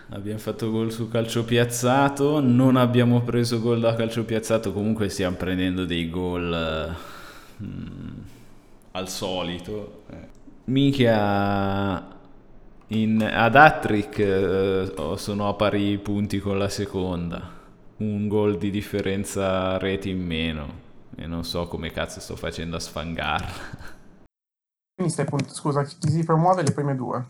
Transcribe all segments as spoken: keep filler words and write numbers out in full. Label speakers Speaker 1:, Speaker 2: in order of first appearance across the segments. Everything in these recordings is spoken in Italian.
Speaker 1: Abbiamo fatto gol su calcio piazzato, non abbiamo preso gol da calcio piazzato, comunque stiamo prendendo dei gol eh, mm, al solito. Eh. Minchia, in, ad Hattrick eh, sono a pari punti con la seconda, un gol di differenza reti in meno e non so come cazzo sto facendo a sfangarla.
Speaker 2: Quindi stai punt- scusa, chi si promuove le prime due?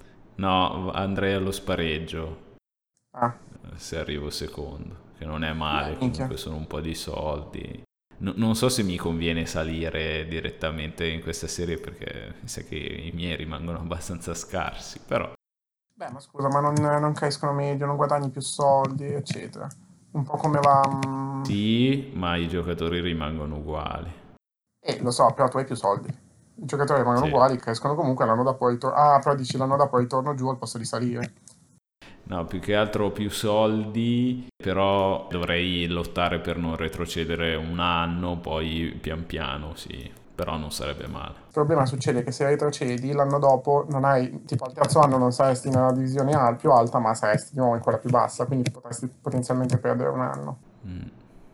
Speaker 1: No, andrei allo spareggio
Speaker 2: Ah,
Speaker 1: eh, se arrivo secondo, che non è
Speaker 2: beh,
Speaker 1: male,
Speaker 2: minchia.
Speaker 1: comunque sono un po' di soldi. No- non so se mi conviene salire direttamente in questa serie perché mi sa che i miei rimangono abbastanza scarsi, però
Speaker 2: Beh, ma scusa, ma non, non crescono meglio, non guadagni più soldi, eccetera. Un po' come va... mm,
Speaker 1: sì, ma i giocatori rimangono uguali.
Speaker 2: Eh, lo so, però tu hai più soldi. I giocatori rimangono
Speaker 1: Sì.
Speaker 2: uguali, crescono comunque, l'anno dopo ritorno... Ah, però dici l'anno dopo ritorno giù al posto di salire.
Speaker 1: No, più che altro ho più soldi, però dovrei lottare per non retrocedere un anno, poi pian piano, sì, però non sarebbe male.
Speaker 2: Il problema succede che se retrocedi, l'anno dopo non hai... Tipo, al terzo anno non saresti nella divisione al- più alta, ma saresti di nuovo in quella più bassa, quindi potresti potenzialmente perdere un anno.
Speaker 1: Mm,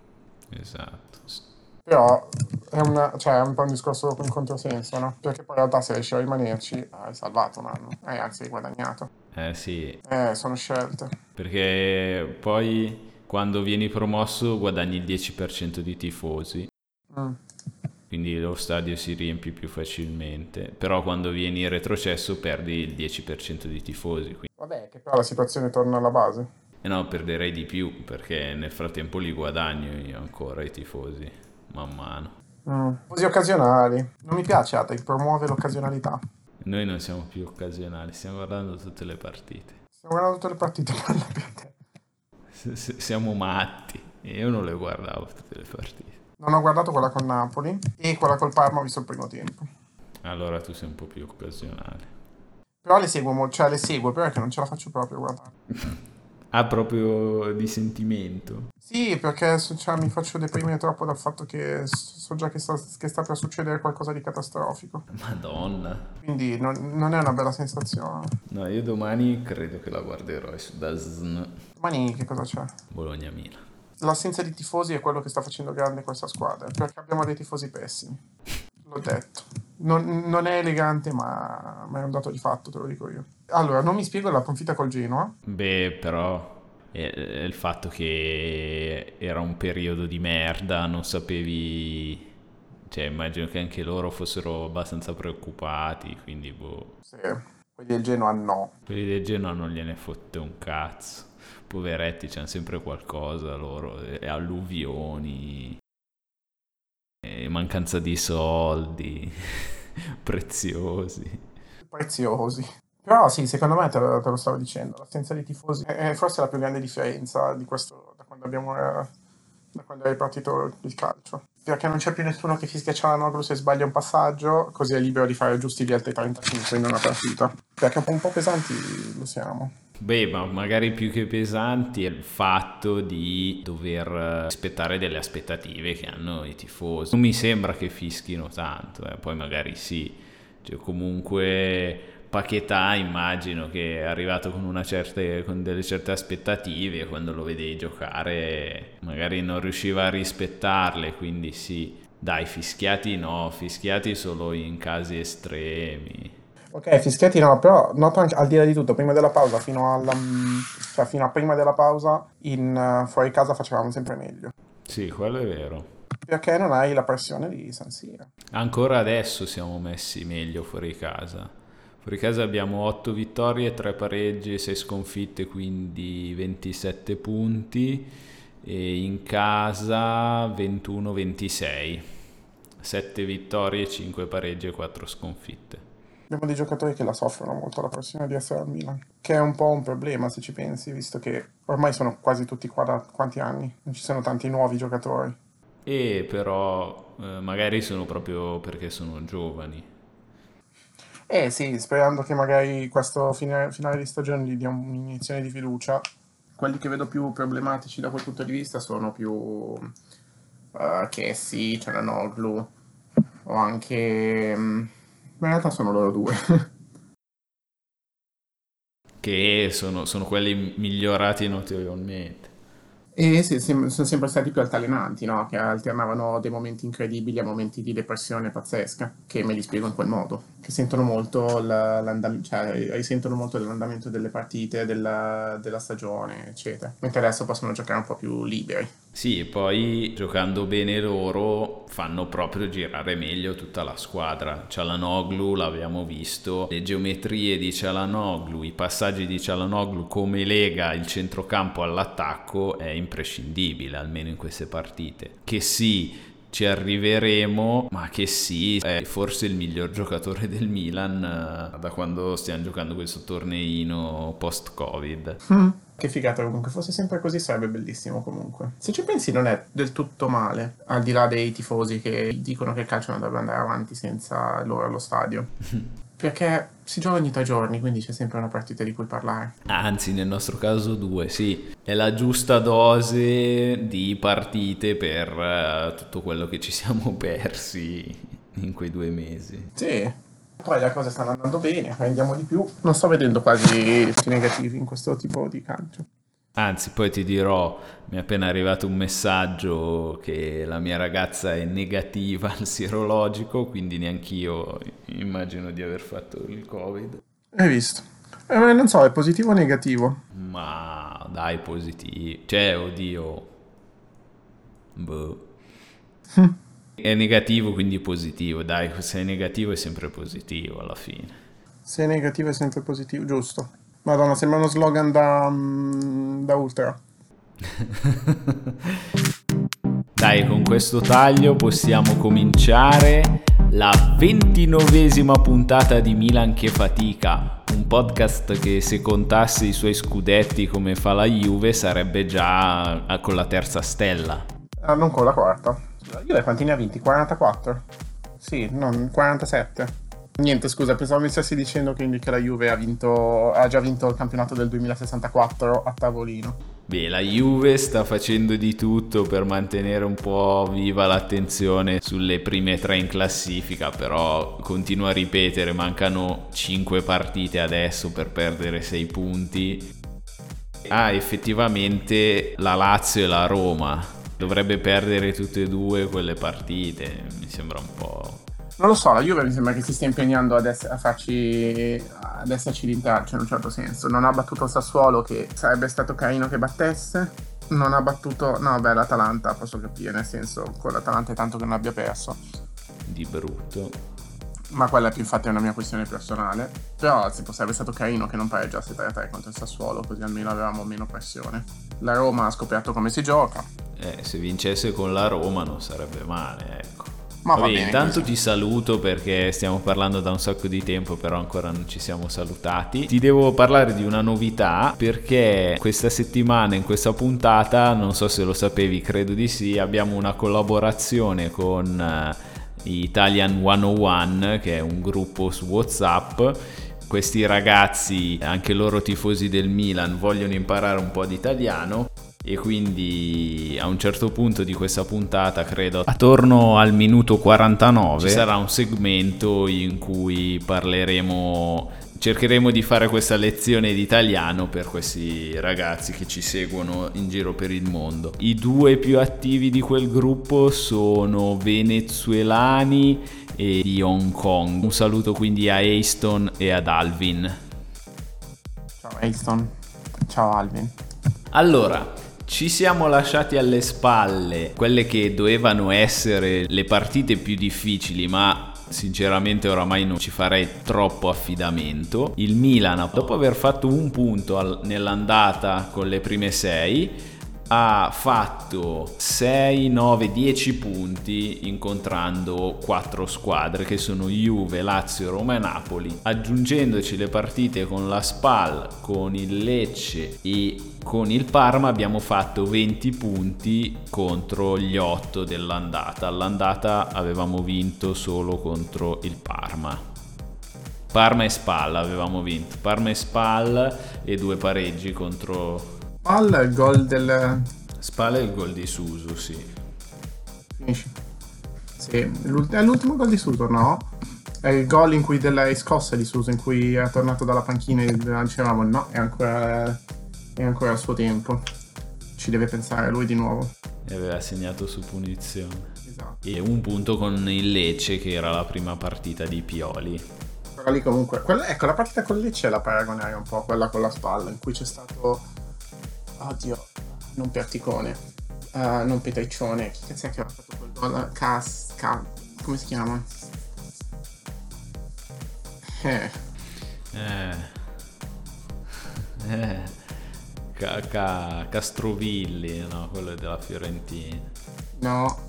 Speaker 1: esatto.
Speaker 2: Però è, una, cioè, è un po' un discorso in controsenso, no? Perché poi in realtà se riesci a rimanerci hai salvato un anno, hai anzi hai guadagnato.
Speaker 1: Eh sì,
Speaker 2: Eh, sono scelte.
Speaker 1: perché poi quando vieni promosso guadagni il dieci per cento di tifosi,
Speaker 2: Mm.
Speaker 1: quindi lo stadio si riempie più facilmente, però quando vieni retrocesso perdi il dieci per cento di tifosi, quindi
Speaker 2: Vabbè, che però la situazione torna alla base.
Speaker 1: e no, perderei di più perché nel frattempo li guadagno io ancora i tifosi, man mano.
Speaker 2: Mm. Così occasionali. Non mi piace Ate, promuove l'occasionalità.
Speaker 1: Noi non siamo più occasionali, stiamo guardando tutte le partite.
Speaker 2: Stiamo guardando tutte le partite, parla per te.
Speaker 1: S- s- siamo matti e io non le guardavo tutte le partite.
Speaker 2: Non ho guardato quella con Napoli e quella col Parma ho visto il primo tempo.
Speaker 1: Allora tu sei un po' più occasionale.
Speaker 2: Però le seguo, mo- cioè le seguo, però è che non ce la faccio proprio a guardare.
Speaker 1: Ha proprio di sentimento.
Speaker 2: Sì, perché so- cioè, mi faccio deprimere troppo dal fatto che s- so già che sta, che sta per succedere qualcosa di catastrofico.
Speaker 1: Madonna.
Speaker 2: Quindi non, non è una bella sensazione.
Speaker 1: No, io domani credo che la guarderò su D A Z N
Speaker 2: Domani che cosa c'è?
Speaker 1: Bologna-Milan.
Speaker 2: L'assenza di tifosi è quello che sta facendo grande questa squadra, perché abbiamo dei tifosi pessimi. L'ho detto. Non, non è elegante, ma, ma è un dato di fatto, te lo dico io. Allora, non mi spiego la conflitta col Genoa.
Speaker 1: Beh, però è, è il fatto che era un periodo di merda, non sapevi. Cioè, immagino che anche loro fossero abbastanza preoccupati, quindi boh.
Speaker 2: Sì, quelli del Genoa no.
Speaker 1: Quelli del Genoa non gliene fotte un cazzo. Poveretti, c'hanno sempre qualcosa loro, e alluvioni, e mancanza di soldi preziosi.
Speaker 2: Preziosi. Però sì, secondo me te lo, te lo stavo dicendo, l'assenza di tifosi è, è forse la più grande differenza di questo, da quando abbiamo, eh, da quando è ripartito il calcio. Perché non c'è più nessuno che fischia Cialanoglu se sbaglia un passaggio, così è libero di fare giusti gli altri trentacinque in una partita. Perché un po', un po' pesanti lo siamo.
Speaker 1: Beh, ma magari più che pesanti è il fatto di dover eh, rispettare delle aspettative che hanno i tifosi. Non mi sembra che fischino tanto, eh. Poi magari sì. Cioè, comunque Paquetà immagino che è arrivato con, una certe, con delle certe aspettative e quando lo vedevi giocare magari non riusciva a rispettarle, quindi sì. Dai, fischiati no, fischiati solo in casi estremi.
Speaker 2: Ok, fischiati no, però noto anche al di là di tutto, prima della pausa, fino alla, mm, cioè fino a prima della pausa, in eh, fuori casa facevamo sempre meglio.
Speaker 1: Sì, quello è vero.
Speaker 2: Perché non hai la pressione di San Siro.
Speaker 1: Ancora adesso siamo messi meglio fuori casa. Fuori casa abbiamo otto vittorie, tre pareggi e sei sconfitte, quindi ventisette punti. E in casa ventuno ventisei. sette vittorie, cinque pareggi e quattro sconfitte.
Speaker 2: Abbiamo dei giocatori che la soffrono molto la pressione di essere al Milan, che è un po' un problema se ci pensi, visto che ormai sono quasi tutti qua da quanti anni, non ci sono tanti nuovi giocatori.
Speaker 1: E però eh, magari sono proprio perché sono giovani.
Speaker 2: Eh sì, sperando che magari questo fine- finale di stagione gli dia un'iniezione di fiducia. Quelli che vedo più problematici da quel punto di vista sono più uh, Kessi, Cialanoglu o anche... mm, in realtà sono loro due.
Speaker 1: che sono, sono quelli migliorati notevolmente.
Speaker 2: E sì, sem- sono sempre stati più altalenanti, no? Che alternavano dei momenti incredibili a momenti di depressione pazzesca, che me li spiego in quel modo, che sentono molto la- l'andam- cioè, risentono molto dell'andamento delle partite, della, della stagione, eccetera. Mentre adesso possono giocare un po' più liberi.
Speaker 1: Sì, e poi giocando bene loro fanno proprio girare meglio tutta la squadra. Çalhanoğlu l'abbiamo visto, le geometrie di Çalhanoğlu, i passaggi di Çalhanoğlu, come lega il centrocampo all'attacco è imprescindibile, almeno in queste partite. Che sì, ci arriveremo, ma che sì, è forse il miglior giocatore del Milan eh, da quando stiamo giocando questo torneino post-Covid.
Speaker 2: Mm. Che figata, comunque fosse sempre così sarebbe bellissimo comunque. Se ci pensi non è del tutto male, al di là dei tifosi che dicono che il calcio non dovrebbe andare avanti senza loro allo stadio. Perché si gioca ogni tre giorni, quindi c'è sempre una partita di cui parlare.
Speaker 1: Anzi, nel nostro caso due, sì. È la giusta dose di partite per uh, tutto quello che ci siamo persi in quei due mesi.
Speaker 2: Sì. Poi le cose stanno andando bene, prendiamo di più. Non sto vedendo quasi tutti negativi in questo tipo di calcio.
Speaker 1: Anzi, poi ti dirò, mi è appena arrivato un messaggio che la mia ragazza è negativa al sierologico, quindi neanch'io immagino di aver fatto il Covid.
Speaker 2: Hai visto? Eh, non so, è positivo o negativo?
Speaker 1: Ma dai, positivo. Cioè, oddio. Boh. È negativo, quindi positivo. Dai, se è negativo è sempre positivo alla fine.
Speaker 2: Se è negativo è sempre positivo, giusto. Madonna, sembra uno slogan da, mm, da Ultra.
Speaker 1: Dai, con questo taglio possiamo cominciare la ventinovesima puntata di Milan che fatica, un podcast che se contasse i suoi scudetti come fa la Juve sarebbe già con la terza stella.
Speaker 2: Ah, non con la quarta. La Juve quanti ne ha vinti? quarantaquattro? Sì, non, quarantasette. Niente, scusa, pensavo mi stessi dicendo quindi che la Juve ha vinto, ha già vinto il campionato del duemilasessantaquattro a tavolino.
Speaker 1: Beh, la Juve sta facendo di tutto per mantenere un po' viva l'attenzione sulle prime tre in classifica, però continuo a ripetere, mancano cinque partite adesso per perdere sei punti. Ah, effettivamente la Lazio e la Roma, dovrebbe perdere tutte e due quelle partite, mi sembra un po'...
Speaker 2: Non lo so, la Juve mi sembra che si stia impegnando ad ess- a farci ad esserci d'intralcio in un certo senso. Non ha battuto il Sassuolo, che sarebbe stato carino che battesse. Non ha battuto, no, beh, l'Atalanta posso capire, nel senso, con l'Atalanta è tanto che non abbia perso.
Speaker 1: Di brutto.
Speaker 2: Ma quella più infatti è una mia questione personale. Però sì, sarebbe stato carino che non pareggiasse tre a tre contro il Sassuolo, così almeno avevamo meno pressione. La Roma ha scoperto come si gioca.
Speaker 1: Eh, se vincesse con la Roma non sarebbe male, ecco.
Speaker 2: Ma va
Speaker 1: Vabbè,
Speaker 2: bene,
Speaker 1: intanto
Speaker 2: così.
Speaker 1: ti saluto perché stiamo parlando da un sacco di tempo, però ancora non ci siamo salutati. Ti devo parlare di una novità perché questa settimana in questa puntata, non so se lo sapevi, credo di sì, abbiamo una collaborazione con uh, Italian centouno, che è un gruppo su WhatsApp. Questi ragazzi, anche loro tifosi del Milan, vogliono imparare un po' di italiano. E quindi a un certo punto di questa puntata, credo attorno al minuto quarantanove, ci sarà un segmento in cui parleremo, cercheremo di fare questa lezione di italiano per questi ragazzi che ci seguono in giro per il mondo. I due più attivi di quel gruppo sono venezuelani e di Hong Kong. Un saluto quindi a Easton e ad Alvin.
Speaker 2: Ciao Easton, ciao Alvin.
Speaker 1: Allora, ci siamo lasciati alle spalle quelle che dovevano essere le partite più difficili, ma sinceramente oramai non ci farei troppo affidamento. Il Milan, dopo aver fatto un punto al, nell'andata con le prime sei, ha fatto sei, nove, dieci punti incontrando quattro squadre che sono Juve, Lazio, Roma e Napoli, aggiungendoci le partite con la Spal, con il Lecce e con il Parma abbiamo fatto venti punti contro gli otto dell'andata. All'andata avevamo vinto solo contro il Parma. Parma e Spal avevamo vinto, Parma e Spal e due pareggi contro...
Speaker 2: Spal, il gol del...
Speaker 1: Spal è il gol di Suso, sì.
Speaker 2: Finisci. Sì, l'ult- è l'ultimo gol di Suso, no? È il gol in cui della scossa di Suso, in cui è tornato dalla panchina e dicevamo no, è ancora, è ancora il suo tempo. Ci deve pensare lui di nuovo.
Speaker 1: E aveva segnato su punizione.
Speaker 2: Esatto.
Speaker 1: E un punto con il Lecce, che era la prima partita di Pioli.
Speaker 2: Però lì comunque, quella, ecco, la partita con il Lecce la paragonare un po' a quella con la Spalla, in cui c'è stato, oddio, non Perticone, uh, non Petriccione, chi cazzo è che aveva fatto quel gol? Cas, Cas, come si chiama? Eh.
Speaker 1: Eh. Eh. Ca- ca- Castrovilli, no? Quello della Fiorentina.
Speaker 2: No.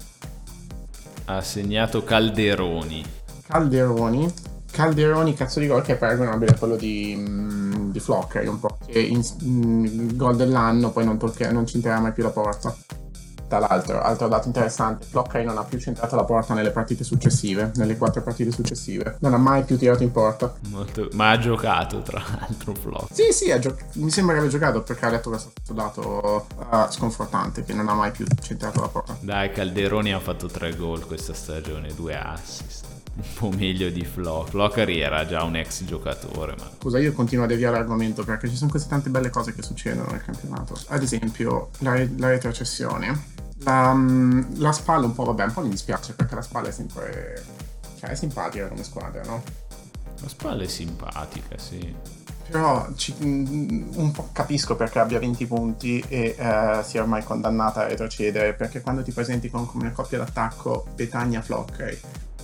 Speaker 1: Ha segnato Calderoni.
Speaker 2: Calderoni. Calderoni, cazzo di gol che è paragonabile a quello di, mm, di Flocker, un po'. Che in, mm, il gol dell'anno poi non, tocca, non ci entrerà mai più la porta. Tra l'altro, altro dato interessante, Flocker non ha più centrato la porta nelle partite successive, nelle quattro partite successive. Non ha mai più tirato in porta.
Speaker 1: Molto... Ma ha giocato, tra l'altro, Flocker.
Speaker 2: Sì, sì, ha gio- mi sembra che abbia giocato, perché ha detto questo dato uh, sconfortante, che non ha mai più centrato la porta.
Speaker 1: Dai, Calderoni ha fatto tre gol questa stagione, due assist. Un po' meglio di Flocker. Flocker era già un ex giocatore, ma...
Speaker 2: Scusa, io continuo a deviare l'argomento perché ci sono queste tante belle cose che succedono nel campionato. Ad esempio, la, re- la retrocessione. La, la Spalla un po', vabbè, un po' mi dispiace perché la Spalla è sempre... Cioè, è simpatica come squadra, no?
Speaker 1: La Spalla è simpatica, sì.
Speaker 2: Però ci, un po' capisco perché abbia venti punti e eh, sia ormai condannata a retrocedere, perché quando ti presenti con come coppia d'attacco Petagna-Flocker...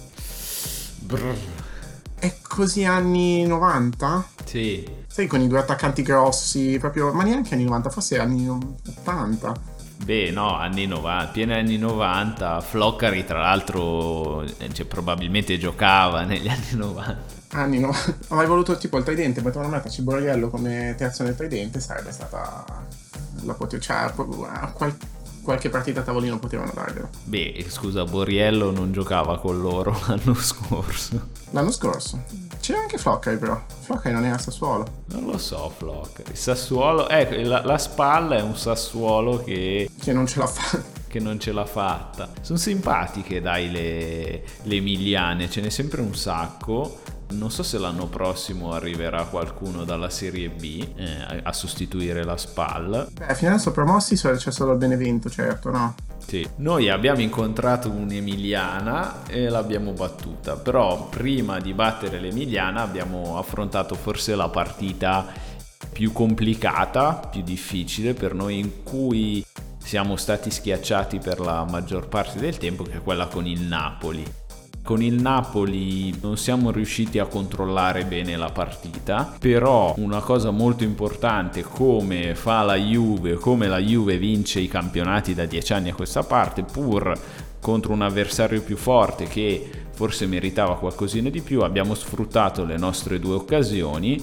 Speaker 1: Brr.
Speaker 2: È così anni novanta?
Speaker 1: Sì.
Speaker 2: Sai, con i due attaccanti grossi, proprio, ma neanche anni novanta, forse anni ottanta.
Speaker 1: Beh, no, anni novanta, pieni anni novanta. Floccari, tra l'altro, cioè, probabilmente giocava negli anni novanta.
Speaker 2: Anni novanta. Avrei voluto tipo il tridente, potevano metterci Borriello come terzo nel tridente, sarebbe stata la pote- cioè, qual- qualche partita a tavolino potevano darglielo.
Speaker 1: Beh, scusa, Borriello non giocava con loro l'anno scorso.
Speaker 2: L'anno scorso c'era anche Floccari, però Floccari non era Sassuolo.
Speaker 1: Non lo so, Floccari. Sassuolo, ecco, la, la Spalla è un Sassuolo che
Speaker 2: che non ce l'ha fatta.
Speaker 1: Che non ce l'ha fatta. Sono simpatiche, dai, le, le emiliane, ce n'è sempre un sacco. Non so se l'anno prossimo arriverà qualcuno dalla Serie B eh, a sostituire la Spal.
Speaker 2: Beh, fino adesso promossi c'è solo il Benevento, certo, no?
Speaker 1: Sì. Noi abbiamo incontrato un'emiliana e l'abbiamo battuta, però prima di battere l'emiliana abbiamo affrontato forse la partita più complicata, più difficile per noi, in cui siamo stati schiacciati per la maggior parte del tempo, che è quella con il Napoli. Con il Napoli non siamo riusciti a controllare bene la partita, però una cosa molto importante, come fa la Juve, come la Juve vince i campionati da dieci anni a questa parte, pur contro un avversario più forte che forse meritava qualcosina di più, abbiamo sfruttato le nostre due occasioni,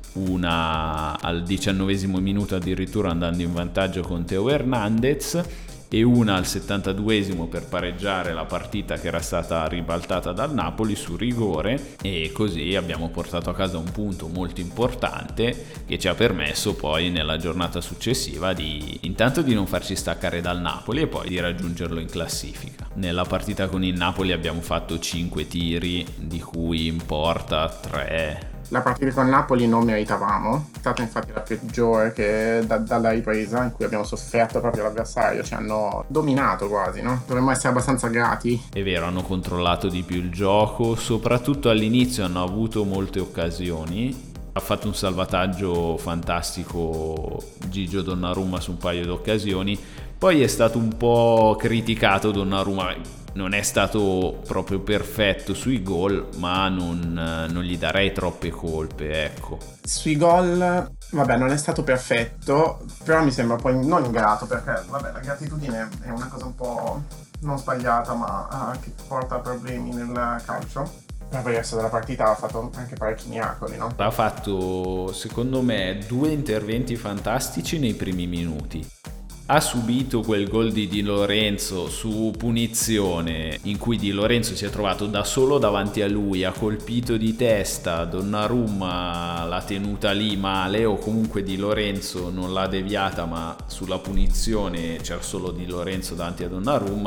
Speaker 1: una al diciannovesimo minuto addirittura andando in vantaggio con Teo Hernandez e una al settantaduesimo per pareggiare la partita che era stata ribaltata dal Napoli su rigore, e così abbiamo portato a casa un punto molto importante che ci ha permesso poi nella giornata successiva di intanto di non farci staccare dal Napoli e poi di raggiungerlo in classifica. Nella partita con il Napoli abbiamo fatto cinque tiri, di cui in porta tre.
Speaker 2: La partita con Napoli non meritavamo, è stata infatti la peggiore che da, dalla ripresa, in cui abbiamo sofferto proprio l'avversario, ci hanno dominato quasi, no? Dovremmo essere abbastanza grati.
Speaker 1: È vero, hanno controllato di più il gioco, soprattutto all'inizio hanno avuto molte occasioni. Ha fatto un salvataggio fantastico Gigio Donnarumma su un paio di occasioni, poi è stato un po' criticato Donnarumma. Non è stato proprio perfetto sui gol, ma non, non gli darei troppe colpe, ecco.
Speaker 2: Sui gol, vabbè, non è stato perfetto, però mi sembra poi non ingrato, perché vabbè, la gratitudine è una cosa un po' non sbagliata, ma uh, che porta a problemi nel calcio. Per il resto della partita ha fatto anche parecchi miracoli, no?
Speaker 1: Ha fatto, secondo me, due interventi fantastici nei primi minuti. Ha subito quel gol di Di Lorenzo su punizione, in cui Di Lorenzo si è trovato da solo davanti a lui, ha colpito di testa, Donnarumma l'ha tenuta lì male, o comunque Di Lorenzo non l'ha deviata, ma sulla punizione c'era solo Di Lorenzo davanti a Donnarumma.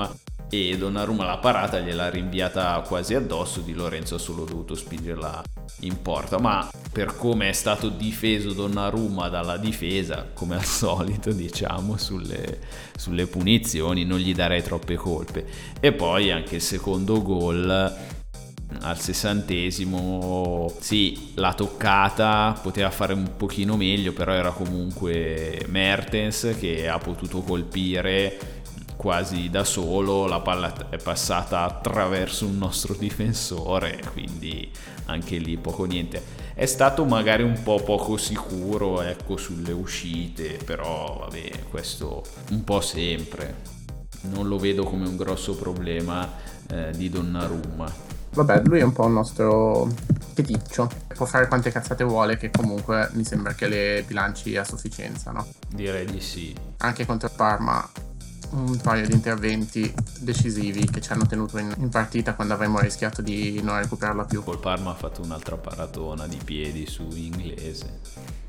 Speaker 1: e Donnarumma la parata gliel'ha rinviata quasi addosso, Di Lorenzo ha solo dovuto spingerla in porta. Ma per come è stato difeso Donnarumma dalla difesa, come al solito diciamo, sulle, sulle punizioni non gli darei troppe colpe. E poi anche il secondo gol al sessantesimo, sì, la toccata poteva fare un pochino meglio, però era comunque Mertens che ha potuto colpire quasi da solo, la palla è passata attraverso un nostro difensore, quindi anche lì poco niente. È stato magari un po' poco sicuro, ecco, sulle uscite, però vabbè, questo un po' sempre, non lo vedo come un grosso problema eh, di Donnarumma.
Speaker 2: Vabbè, lui è un po' un nostro feticcio, può fare quante cazzate vuole, che comunque mi sembra che le bilanci a sufficienza, no?
Speaker 1: Direi di sì.
Speaker 2: Anche contro il Parma un paio di interventi decisivi che ci hanno tenuto in, in partita quando avremmo rischiato di non recuperarla più.
Speaker 1: Col Parma ha fatto un'altra paratona di piedi su Inglese.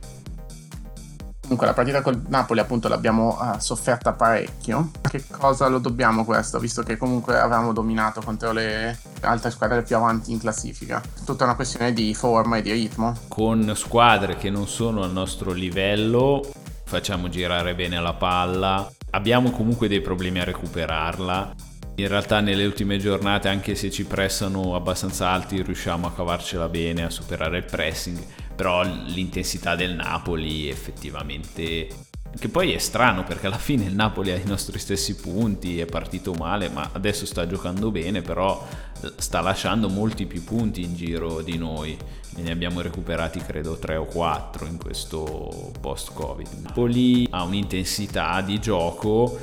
Speaker 2: Comunque la partita col Napoli appunto l'abbiamo uh, sofferta parecchio. Che cosa lo dobbiamo questo? Visto che comunque avevamo dominato contro le altre squadre più avanti in classifica. Tutta una questione di forma e di ritmo.
Speaker 1: Con squadre che non sono al nostro livello facciamo girare bene la palla, abbiamo comunque dei problemi a recuperarla. In realtà nelle ultime giornate, anche se ci pressano abbastanza alti, riusciamo a cavarcela bene, a superare il pressing, però l'intensità del Napoli effettivamente, che poi è strano perché alla fine il Napoli ha i nostri stessi punti, è partito male ma adesso sta giocando bene, però sta lasciando molti più punti in giro di noi, ne abbiamo recuperati credo tre o quattro in questo post-Covid. Napoli ha un'intensità di gioco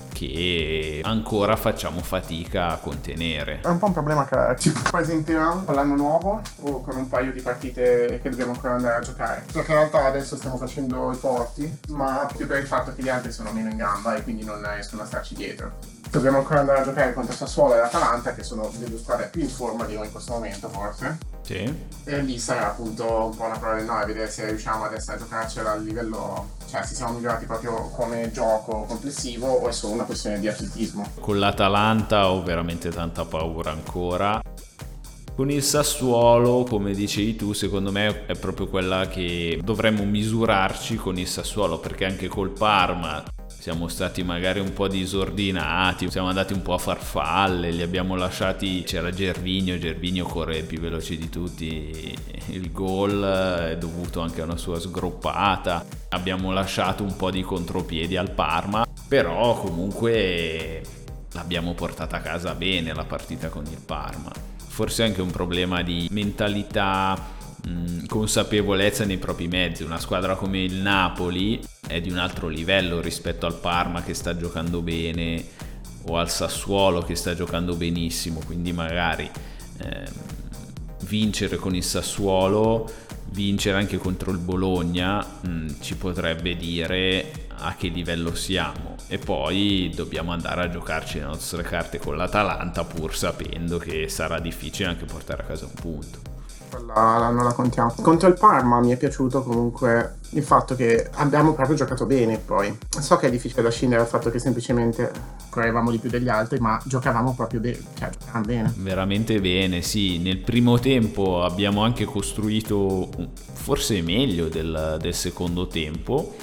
Speaker 1: che ancora facciamo fatica a contenere.
Speaker 2: È un po' un problema che ci presenterà con l'anno nuovo o con un paio di partite che dobbiamo ancora andare a giocare. Perché in realtà adesso stiamo facendo i porti, ma più per il fatto che gli altri sono meno in gamba e quindi non riescono a starci dietro. Dobbiamo ancora andare a giocare contro Sassuolo e Atalanta, che sono le due squadre più in forma di noi in questo momento forse.
Speaker 1: Sì.
Speaker 2: E lì sarà appunto un po' una prova del noi, vedere se riusciamo adesso a giocarcela a livello, cioè se siamo migliorati proprio come gioco complessivo o è solo una questione di atletismo.
Speaker 1: Con l'Atalanta ho veramente tanta paura ancora. Con il Sassuolo, come dicevi tu, secondo me è proprio quella che dovremmo misurarci con il Sassuolo, perché anche col Parma siamo stati magari un po' disordinati, siamo andati un po' a farfalle, li abbiamo lasciati, c'era Gervinho, Gervinho corre più veloce di tutti, il gol è dovuto anche a una sua sgroppata, abbiamo lasciato un po' di contropiedi al Parma, però comunque l'abbiamo portata a casa bene la partita con il Parma. Forse anche un problema di mentalità, mh, consapevolezza nei propri mezzi. Una squadra come il Napoli è di un altro livello rispetto al Parma che sta giocando bene o al Sassuolo che sta giocando benissimo, quindi magari eh, vincere con il Sassuolo, vincere anche contro il Bologna mh, ci potrebbe dire a che livello siamo, e poi dobbiamo andare a giocarci le nostre carte con l'Atalanta pur sapendo che sarà difficile anche portare a casa un punto.
Speaker 2: Quella non la contiamo. Contro il Parma mi è piaciuto comunque il fatto che abbiamo proprio giocato bene. Poi so che è difficile da scindere dal fatto che semplicemente correvamo di più degli altri, ma giocavamo proprio bene, cioè giocavamo bene,
Speaker 1: veramente bene. Sì, nel primo tempo abbiamo anche costruito forse meglio del, del secondo tempo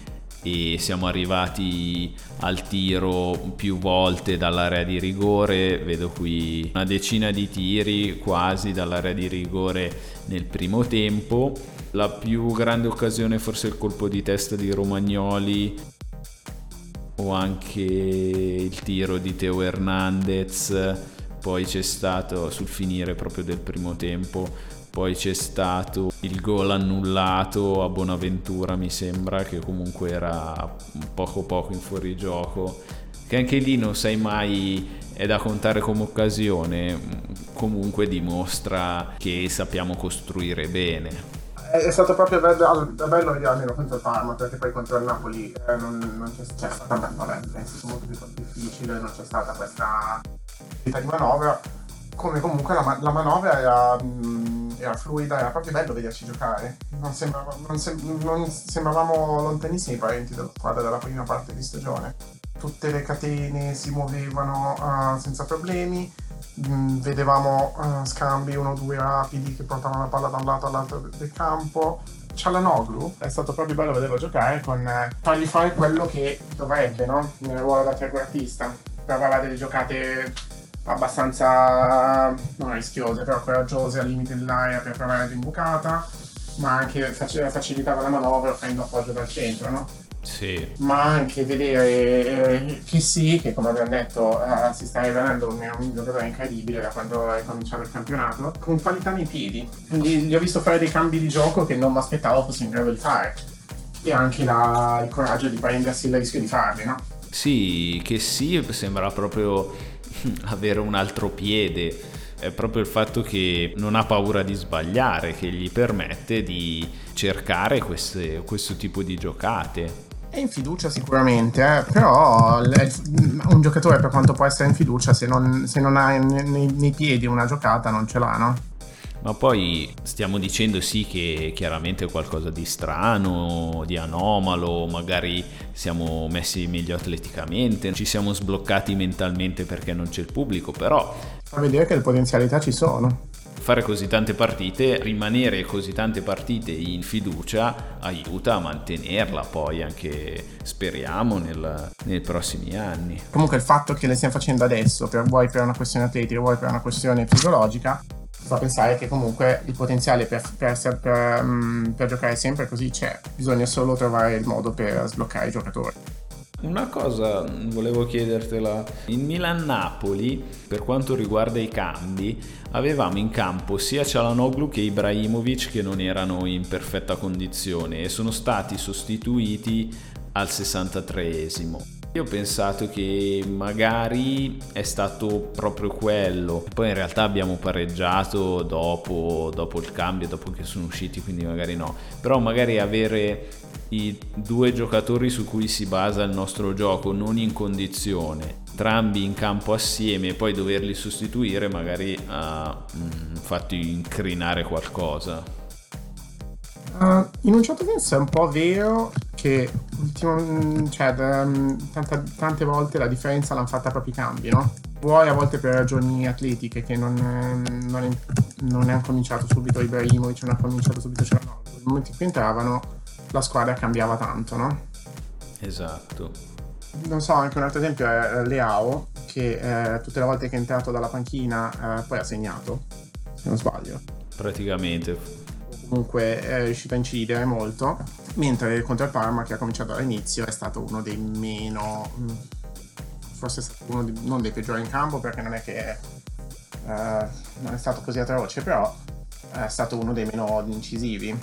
Speaker 1: e siamo arrivati al tiro più volte dall'area di rigore. Vedo qui una decina di tiri quasi dall'area di rigore nel primo tempo. La più grande occasione forse il colpo di testa di Romagnoli o anche il tiro di Teo Hernandez. Poi c'è stato sul finire proprio del primo tempo, poi c'è stato il gol annullato a Bonaventura, mi sembra, che comunque era poco poco in fuorigioco, che anche lì non sai mai, è da contare come occasione, comunque dimostra che sappiamo costruire bene.
Speaker 2: è stato proprio bello, bello vedere almeno contro il Parma, perché poi contro il Napoli eh, non, non c'è, c'è stata, vabbè, è stato molto più difficile, non c'è stata questa di manovra, come comunque la, la manovra era, mh, era fluida, era proprio bello vederci giocare, non, sembrava, non, sem- non sembravamo lontanissimi parenti della squadra della prima parte di stagione. tutte le catene si muovevano uh, senza problemi, mm, vedevamo uh, scambi uno o due rapidi che portavano la palla da un lato all'altro del campo. Çalhanoğlu è stato proprio bello vederlo giocare, con eh, fargli fare quello che dovrebbe, no? Nel ruolo da trequartista. Provava delle giocate abbastanza non rischiose, però coraggiose al limite dell'area per provare l'imbucata, ma anche face- facilitava la manovra offrendo appoggio dal centro, no?
Speaker 1: Sì.
Speaker 2: Ma anche vedere eh, che sì, che come abbiamo detto eh, si sta rivelando un, un giocatore incredibile da quando è cominciato il campionato, con qualità nei piedi. Gli, gli ho visto fare dei cambi di gioco che non mi aspettavo fosse in grado di fare, e anche la, il coraggio di prendersi il rischio di farli, no?
Speaker 1: Sì, che sì, sembra proprio avere un altro piede. È proprio il fatto che non ha paura di sbagliare che gli permette di cercare queste, questo tipo di giocate.
Speaker 2: È in fiducia sicuramente, eh, però l- un giocatore, per quanto può essere in fiducia, se non, se non ha nei, nei piedi una giocata non ce l'ha, no?
Speaker 1: Ma poi stiamo dicendo sì che chiaramente è qualcosa di strano, di anomalo, magari siamo messi meglio atleticamente, ci siamo sbloccati mentalmente perché non c'è il pubblico, però
Speaker 2: fa vedere che le potenzialità ci sono.
Speaker 1: Fare così tante partite, rimanere così tante partite in fiducia aiuta a mantenerla poi anche, speriamo, nel, nei prossimi anni.
Speaker 2: Comunque il fatto che le stiamo facendo adesso, per, vuoi per una questione atletica, vuoi per una questione psicologica, fa pensare che comunque il potenziale per, per, per, um, per giocare sempre così c'è, bisogna solo trovare il modo per sbloccare i giocatori.
Speaker 1: Una cosa volevo chiedertela, in Milan-Napoli, per quanto riguarda i cambi, avevamo in campo sia Çalhanoğlu che Ibrahimovic che non erano in perfetta condizione e sono stati sostituiti al sessantatreesimo. Io ho pensato che magari è stato proprio quello, poi in realtà abbiamo pareggiato dopo, dopo il cambio, dopo che sono usciti, quindi magari no, però magari avere i due giocatori su cui si basa il nostro gioco non in condizione, entrambi in campo assieme, e poi doverli sostituire magari ha mm, fatto incrinare qualcosa.
Speaker 2: Uh, in un certo senso è un po' vero che ultimo, cioè, um, tante, tante volte la differenza l'hanno fatta proprio i cambi, no? Vuoi a volte per ragioni atletiche che non, non, è, non è cominciato subito Ibrahimovic, non ha cominciato subito Çalhanoğlu. Nel momento in cui entravano la squadra cambiava tanto, no?
Speaker 1: Esatto.
Speaker 2: Non so, anche un altro esempio è Leao, che eh, tutte le volte che è entrato dalla panchina eh, poi ha segnato, se non sbaglio.
Speaker 1: Praticamente.
Speaker 2: Comunque è riuscito a incidere molto, mentre contro il Parma, che ha cominciato all'inizio, è stato uno dei meno, forse è stato uno dei, non dei peggiori in campo, perché non è che è, eh, non è stato così atroce, però è stato uno dei meno incisivi.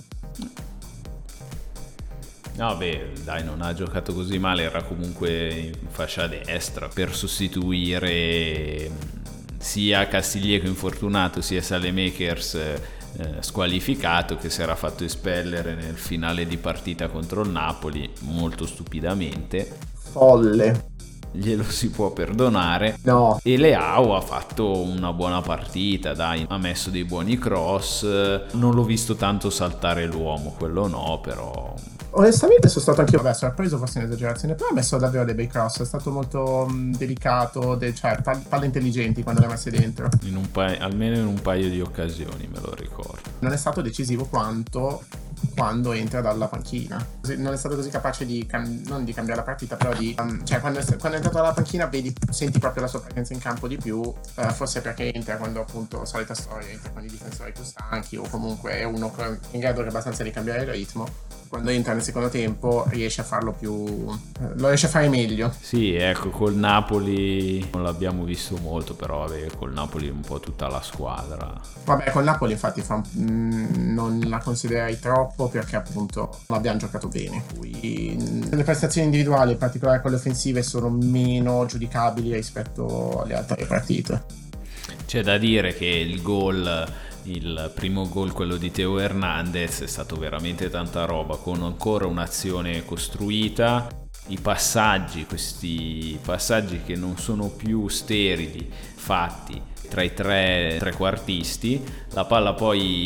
Speaker 1: No, beh, dai, non ha giocato così male, era comunque in fascia destra per sostituire sia Castillejo infortunato sia Saelemaekers eh, squalificato, che si era fatto espellere nel finale di partita contro il Napoli molto stupidamente.
Speaker 2: Folle.
Speaker 1: Glielo si può perdonare.
Speaker 2: No.
Speaker 1: E Leao ha fatto una buona partita, dai, ha messo dei buoni cross, non l'ho visto tanto saltare l'uomo, quello no, però
Speaker 2: onestamente sono stato anche io, vabbè, sorpreso, forse è un'esagerazione, però ha messo davvero dei bei cross, è stato molto mh, delicato, de- cioè palle, palle intelligenti quando le ha messe dentro.
Speaker 1: In un pa- almeno in un paio di occasioni, me lo ricordo.
Speaker 2: Non è stato decisivo quanto quando entra dalla panchina, non è stato così capace di cam- non di cambiare la partita, però di um, cioè quando è, quando è entrato dalla panchina vedi, senti proprio la sua presenza in campo di più, uh, forse perché entra quando appunto, solita storia, entra con i difensori più stanchi, o comunque è uno in grado che abbastanza di cambiare il ritmo. Quando entra nel secondo tempo riesce a farlo più, lo riesce a fare meglio.
Speaker 1: Sì, ecco, col Napoli non l'abbiamo visto molto, però vabbè, col Napoli un po' tutta la squadra.
Speaker 2: Vabbè, col Napoli infatti fa, mh, non la considererei troppo, perché appunto non abbiamo giocato bene. Cui, mh, le prestazioni individuali, in particolare quelle offensive, sono meno giudicabili rispetto alle altre partite.
Speaker 1: C'è da dire che il gol, il primo gol, quello di Theo Hernandez, è stato veramente tanta roba, con ancora un'azione costruita, i passaggi, questi passaggi che non sono più sterili, fatti tra i tre trequartisti, la palla poi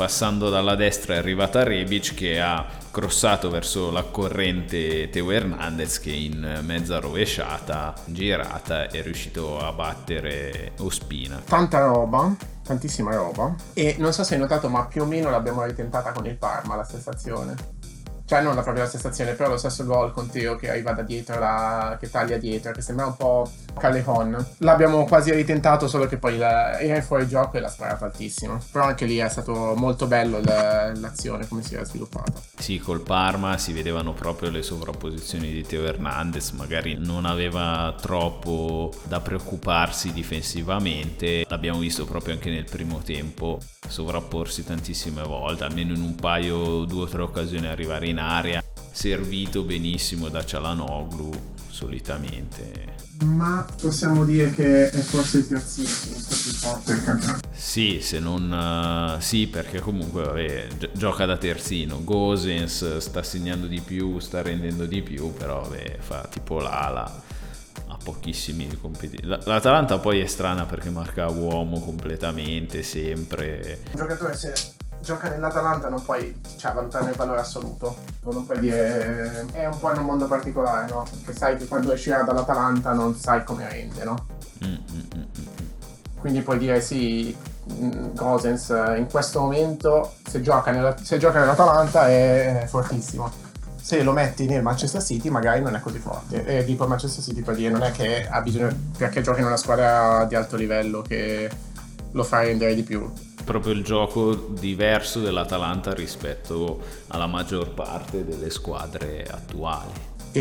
Speaker 1: passando dalla destra è arrivata Rebic che ha crossato verso la corrente Teo Hernandez che in mezza rovesciata girata è riuscito a battere Ospina.
Speaker 2: Tanta roba, tantissima roba, e non so se hai notato ma più o meno l'abbiamo ritentata con il Parma la stessa azione. Cioè non la propria stessa azione, però lo stesso gol con Teo che arriva da dietro, la... che taglia dietro, che sembra un po' Callejon. L'abbiamo quasi ritentato, solo che poi la... era in fuori gioco e l'ha sparato altissimo. Però anche lì è stato molto bello la... l'azione, come si era sviluppata.
Speaker 1: Sì, col Parma si vedevano proprio le sovrapposizioni di Teo Hernandez, magari non aveva troppo da preoccuparsi difensivamente. L'abbiamo visto proprio anche nel primo tempo sovrapporsi tantissime volte, almeno in un paio, due o tre occasioni arrivare in area, servito benissimo da Çalhanoğlu solitamente.
Speaker 2: Ma possiamo dire che è forse il terzino che sta più forte del campionato.
Speaker 1: Sì, se non uh, sì, perché comunque vabbè, gi- gioca da terzino. Gosens sta segnando di più, sta rendendo di più, però vabbè, fa tipo l'ala, ha pochissimi compiti. L- L'Atalanta poi è strana perché marca uomo completamente, sempre.
Speaker 2: Un giocatore se gioca nell'Atalanta non puoi, cioè, valutare il valore assoluto, non puoi dire, è un po' in un mondo particolare, no? Perché sai che quando uscirà dall'Atalanta non sai come rende, no? Mm, mm, mm, mm. Quindi puoi dire sì, Gosens in questo momento se gioca, nella, se gioca nell'Atalanta è fortissimo, se lo metti nel Manchester City magari non è così forte, e dico Manchester City per dire non è che ha bisogno, perché gioca in una squadra di alto livello che lo fa rendere di più.
Speaker 1: Proprio il gioco diverso dell'Atalanta rispetto alla maggior parte delle squadre attuali.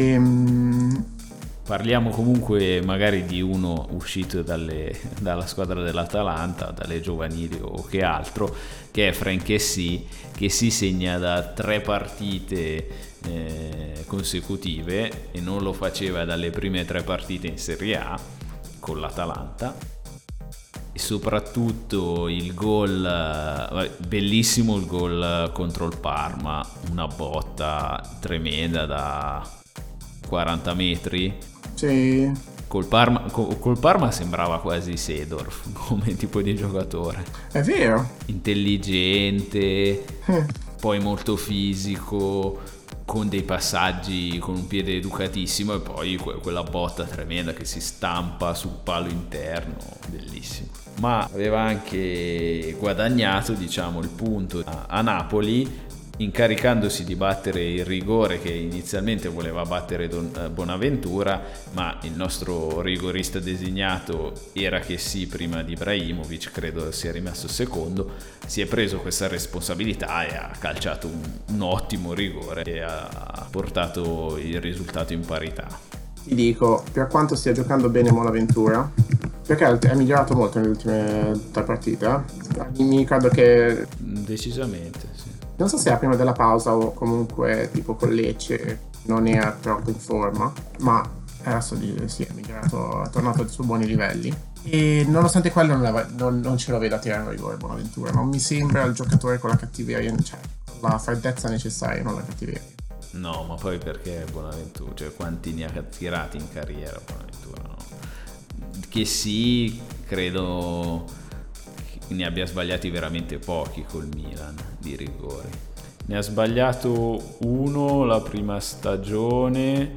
Speaker 2: Ehm...
Speaker 1: Parliamo comunque magari di uno uscito dalle, dalla squadra dell'Atalanta, dalle giovanili o che altro, che è Franck Kessie, che si segna da tre partite eh, consecutive e non lo faceva dalle prime tre partite in Serie A con l'Atalanta. E soprattutto il gol, bellissimo il gol contro il Parma, una botta tremenda da quaranta metri.
Speaker 2: Sì.
Speaker 1: Col Parma, col Parma sembrava quasi Seedorf come tipo di giocatore.
Speaker 2: È vero.
Speaker 1: Intelligente,
Speaker 2: eh.
Speaker 1: poi molto fisico, con dei passaggi con un piede educatissimo, e poi quella botta tremenda che si stampa sul palo interno, bellissimo. Ma aveva anche guadagnato, diciamo, il punto a, a Napoli, incaricandosi di battere il rigore che inizialmente voleva battere Don, eh, Bonaventura, ma il nostro rigorista designato era Kessie prima di Ibrahimovic, credo sia rimasto secondo, si è preso questa responsabilità e ha calciato un, un ottimo rigore e ha portato il risultato in parità.
Speaker 2: Ti dico, per quanto stia giocando bene Bonaventura, perché è migliorato molto nelle ultime tre partite, eh? Mi ricordo che
Speaker 1: decisamente sì.
Speaker 2: Non so se era prima della pausa o comunque tipo con Lecce non era troppo in forma, ma adesso sì, è migliorato, è tornato ai suoi buoni livelli. E nonostante quello non, la, non, non ce lo vedo a tirare un rigore Bonaventura, non mi sembra il giocatore con la cattiveria, cioè la freddezza necessaria, non la cattiveria.
Speaker 1: No, ma poi perché Bonaventura, cioè quanti ne ha tirati in carriera Bonaventura, no? Che sì, credo ne abbia sbagliati veramente pochi col Milan di rigori. Ne ha sbagliato uno la prima stagione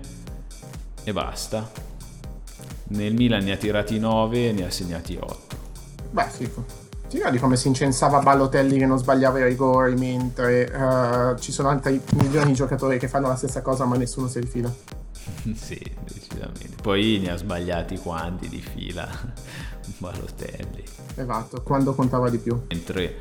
Speaker 1: e basta. Nel Milan ne ha tirati nove e ne ha segnati otto.
Speaker 2: Beh, fico. Ti ricordi come si incensava Balotelli che non sbagliava i rigori, mentre uh, ci sono altri milioni di giocatori che fanno la stessa cosa ma nessuno si rifila?
Speaker 1: Sì, decisamente. Poi ne ha sbagliati quanti di fila Balotelli.
Speaker 2: Esatto, quando contava di più.
Speaker 1: Mentre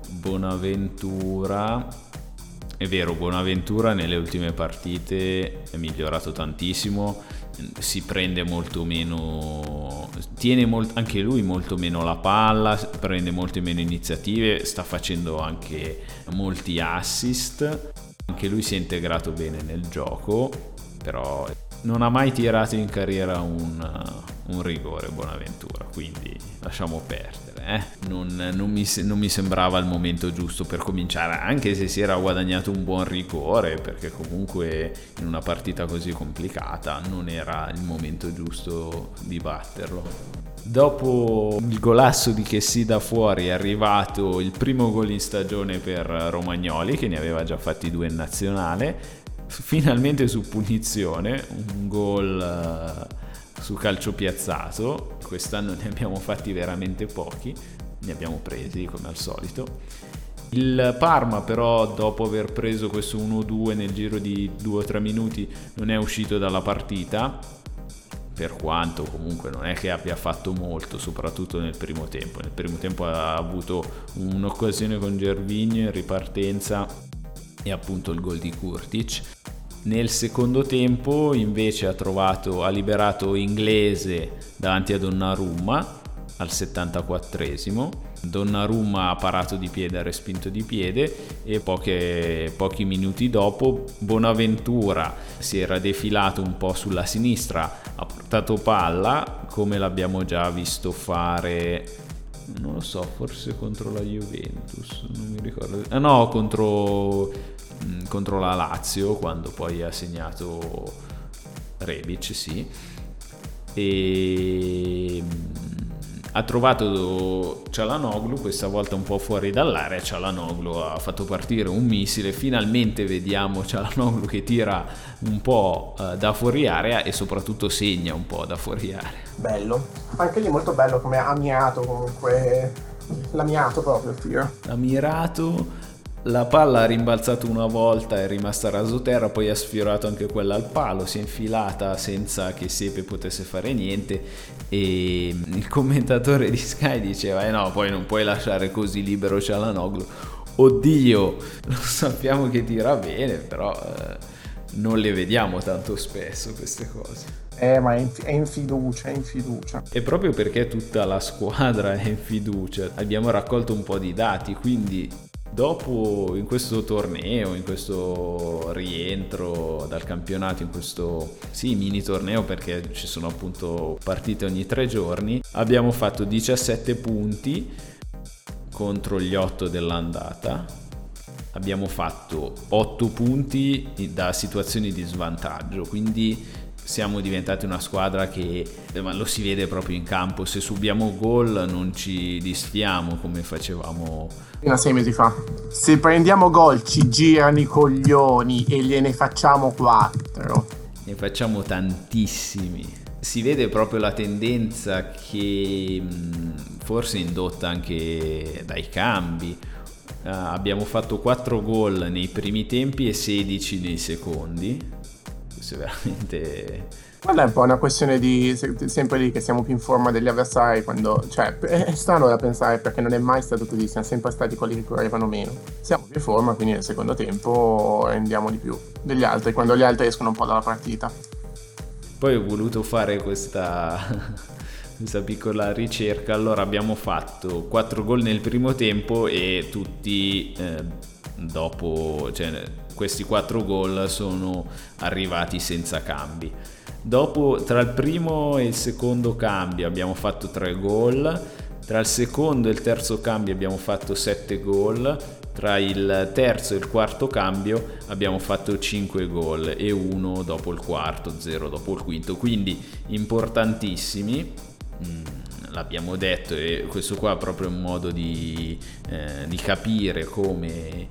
Speaker 1: Bonaventura, è vero, Bonaventura nelle ultime partite è migliorato tantissimo, si prende molto meno, tiene molt, anche lui molto meno la palla, prende molte meno iniziative, sta facendo anche molti assist, anche lui si è integrato bene nel gioco, però non ha mai tirato in carriera un, un rigore Bonaventura, quindi lasciamo perdere, eh? non, non, mi, non mi sembrava il momento giusto per cominciare, anche se si era guadagnato un buon rigore, perché comunque in una partita così complicata non era il momento giusto di batterlo. Dopo il golasso di Chessy da fuori è arrivato il primo gol in stagione per Romagnoli, che ne aveva già fatti due in nazionale, finalmente su punizione, un gol uh, su calcio piazzato. Quest'anno ne abbiamo fatti veramente pochi, ne abbiamo presi come al solito. Il Parma però, dopo aver preso questo uno due nel giro di due o tre minuti, non è uscito dalla partita, per quanto comunque non è che abbia fatto molto, soprattutto nel primo tempo. Nel primo tempo ha avuto un'occasione con Gervinho in ripartenza e appunto il gol di Kurtic. Nel secondo tempo invece ha trovato, ha liberato Inglese davanti a Donnarumma al settantaquattresimo. Donnarumma ha parato di piede, ha respinto di piede, e poche, pochi minuti dopo Bonaventura si era defilato un po' sulla sinistra, ha portato palla come l'abbiamo già visto fare, non lo so, forse contro la Juventus, non mi ricordo, ah no, contro, contro la Lazio, quando poi ha segnato Rebic, sì, e ha trovato Çalhanoğlu, questa volta un po' fuori dall'area. Çalhanoğlu ha fatto partire un missile, finalmente vediamo Çalhanoğlu che tira un po' da fuori area e soprattutto segna un po' da fuori area.
Speaker 2: Bello, anche lì molto bello, come ha mirato, comunque l'ha mirato proprio il tiro.
Speaker 1: L'ha mirato, la palla ha rimbalzato una volta, è rimasta rasoterra, poi ha sfiorato anche quella al palo, si è infilata senza che Sepe potesse fare niente, e il commentatore di Sky diceva eh no, poi non puoi lasciare così libero Çalhanoğlu. Oddio, lo sappiamo che tira bene, però eh, non le vediamo tanto spesso queste cose.
Speaker 2: Eh, ma è in, è in fiducia, è in fiducia.
Speaker 1: E proprio perché tutta la squadra è in fiducia, abbiamo raccolto un po' di dati, quindi dopo, in questo torneo, in questo rientro dal campionato, in questo sì mini torneo, perché ci sono appunto partite ogni tre giorni, abbiamo fatto diciassette punti contro gli otto dell'andata, abbiamo fatto otto punti da situazioni di svantaggio, quindi siamo diventati una squadra che, ma lo si vede proprio in campo, se subiamo gol non ci disfiamo come facevamo
Speaker 2: fino a sei mesi fa. Se prendiamo gol ci girano i coglioni e gliene facciamo quattro.
Speaker 1: Ne facciamo tantissimi. Si vede proprio la tendenza che forse indotta anche dai cambi. Uh, abbiamo fatto quattro gol nei primi tempi e sedici nei secondi. Questo è veramente...
Speaker 2: Guarda, è un po' una questione di sempre lì che siamo più in forma degli avversari, quando, cioè, è strano da pensare perché non è mai stato così, siamo sempre stati quelli che correvano meno. Siamo più in forma, quindi nel secondo tempo rendiamo di più degli altri, quando gli altri escono un po' dalla partita.
Speaker 1: Poi ho voluto fare questa, questa piccola ricerca, allora abbiamo fatto quattro gol nel primo tempo e tutti eh, dopo, cioè questi quattro gol sono arrivati senza cambi. Dopo, tra il primo e il secondo cambio abbiamo fatto tre gol, tra il secondo e il terzo cambio abbiamo fatto sette gol, tra il terzo e il quarto cambio abbiamo fatto cinque gol e uno dopo il quarto, zero dopo il quinto, quindi importantissimi, mm, l'abbiamo detto, e questo qua è proprio un modo di, eh, di capire come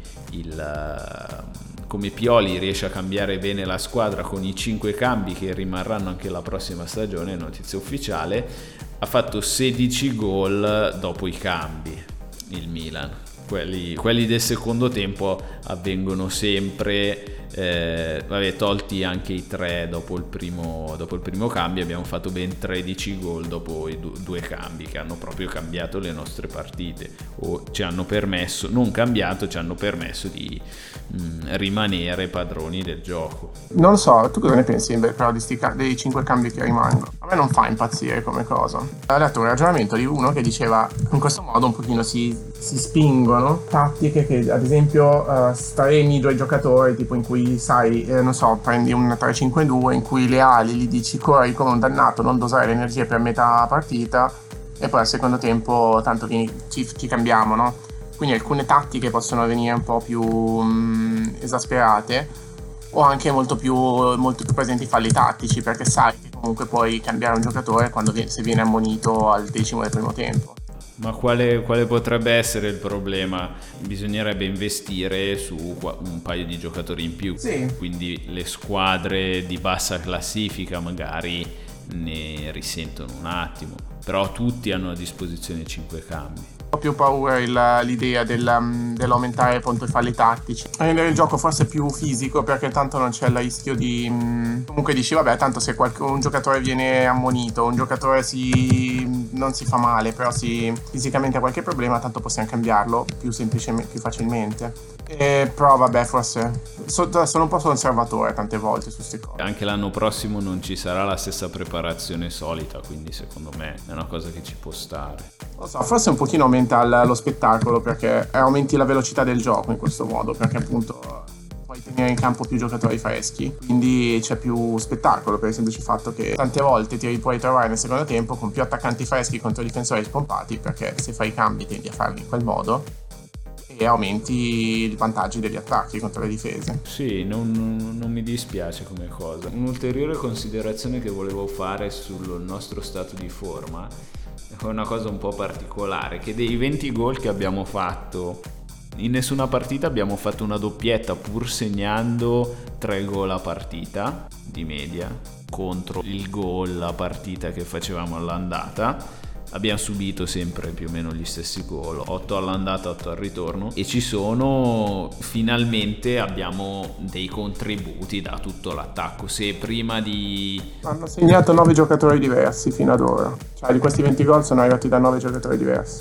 Speaker 1: il... come Pioli riesce a cambiare bene la squadra con i cinque cambi che rimarranno anche la prossima stagione, notizia ufficiale. Ha fatto sedici gol dopo i cambi il Milan, quelli, quelli del secondo tempo avvengono sempre, eh, vabbè, tolti anche i tre dopo il primo, dopo il primo cambio, abbiamo fatto ben tredici gol dopo i du- due cambi che hanno proprio cambiato le nostre partite, o ci hanno permesso, non cambiato, ci hanno permesso di mh, rimanere padroni del gioco.
Speaker 2: Non so, tu cosa ne pensi però di sti ca- dei cinque cambi che rimangono? A me non fa impazzire come cosa. Ho letto un ragionamento di uno che diceva in questo modo un pochino si, si spingono tattiche che ad esempio uh, stremi due giocatori, tipo in cui sai, eh, non so, prendi un tre cinque due in cui Leali gli dici corri come un dannato, non dosare le energie per metà partita, e poi al secondo tempo tanto vieni, ci, ci cambiamo, no? Quindi alcune tattiche possono venire un po' più mh, esasperate, o anche molto più, molto più presenti i falli tattici, perché sai che comunque puoi cambiare un giocatore quando viene, se viene ammonito al decimo del primo tempo.
Speaker 1: Ma quale, quale potrebbe essere il problema? Bisognerebbe investire su un paio di giocatori in più,
Speaker 2: sì.
Speaker 1: Quindi le squadre di bassa classifica magari ne risentono un attimo, però tutti hanno a disposizione cinque cambi.
Speaker 2: Ho più paura il, l'idea del, dell'aumentare appunto i falli tattici, rendere il gioco forse più fisico, perché tanto non c'è il rischio di comunque dici vabbè, tanto se qualche, un giocatore viene ammonito, un giocatore si, non si fa male, però si, fisicamente ha qualche problema, tanto possiamo cambiarlo più semplicemente, più facilmente. E, però vabbè, forse so, sono un po' conservatore tante volte su queste cose.
Speaker 1: Anche l'anno prossimo non ci sarà la stessa preparazione solita, quindi secondo me è una cosa che ci può stare.
Speaker 2: Lo so, forse un pochino aumenta l- lo spettacolo, perché aumenti la velocità del gioco in questo modo, perché appunto puoi tenere in campo più giocatori freschi, quindi c'è più spettacolo, per il semplice fatto che tante volte ti puoi trovare nel secondo tempo con più attaccanti freschi contro difensori spompati, perché se fai i cambi tendi a farli in quel modo e aumenti i vantaggi degli attacchi contro le difese.
Speaker 1: Sì, non, non, non mi dispiace come cosa. Un'ulteriore considerazione che volevo fare sul nostro stato di forma è una cosa un po' particolare, che dei venti gol che abbiamo fatto, in nessuna partita abbiamo fatto una doppietta, pur segnando tre gol a partita di media contro il gol a partita che facevamo all'andata. Abbiamo subito sempre più o meno gli stessi gol, otto all'andata, otto al ritorno, e ci sono, finalmente abbiamo dei contributi da tutto l'attacco. Se prima di...
Speaker 2: Hanno segnato nove giocatori diversi fino ad ora, cioè di questi venti gol sono arrivati da nove giocatori diversi.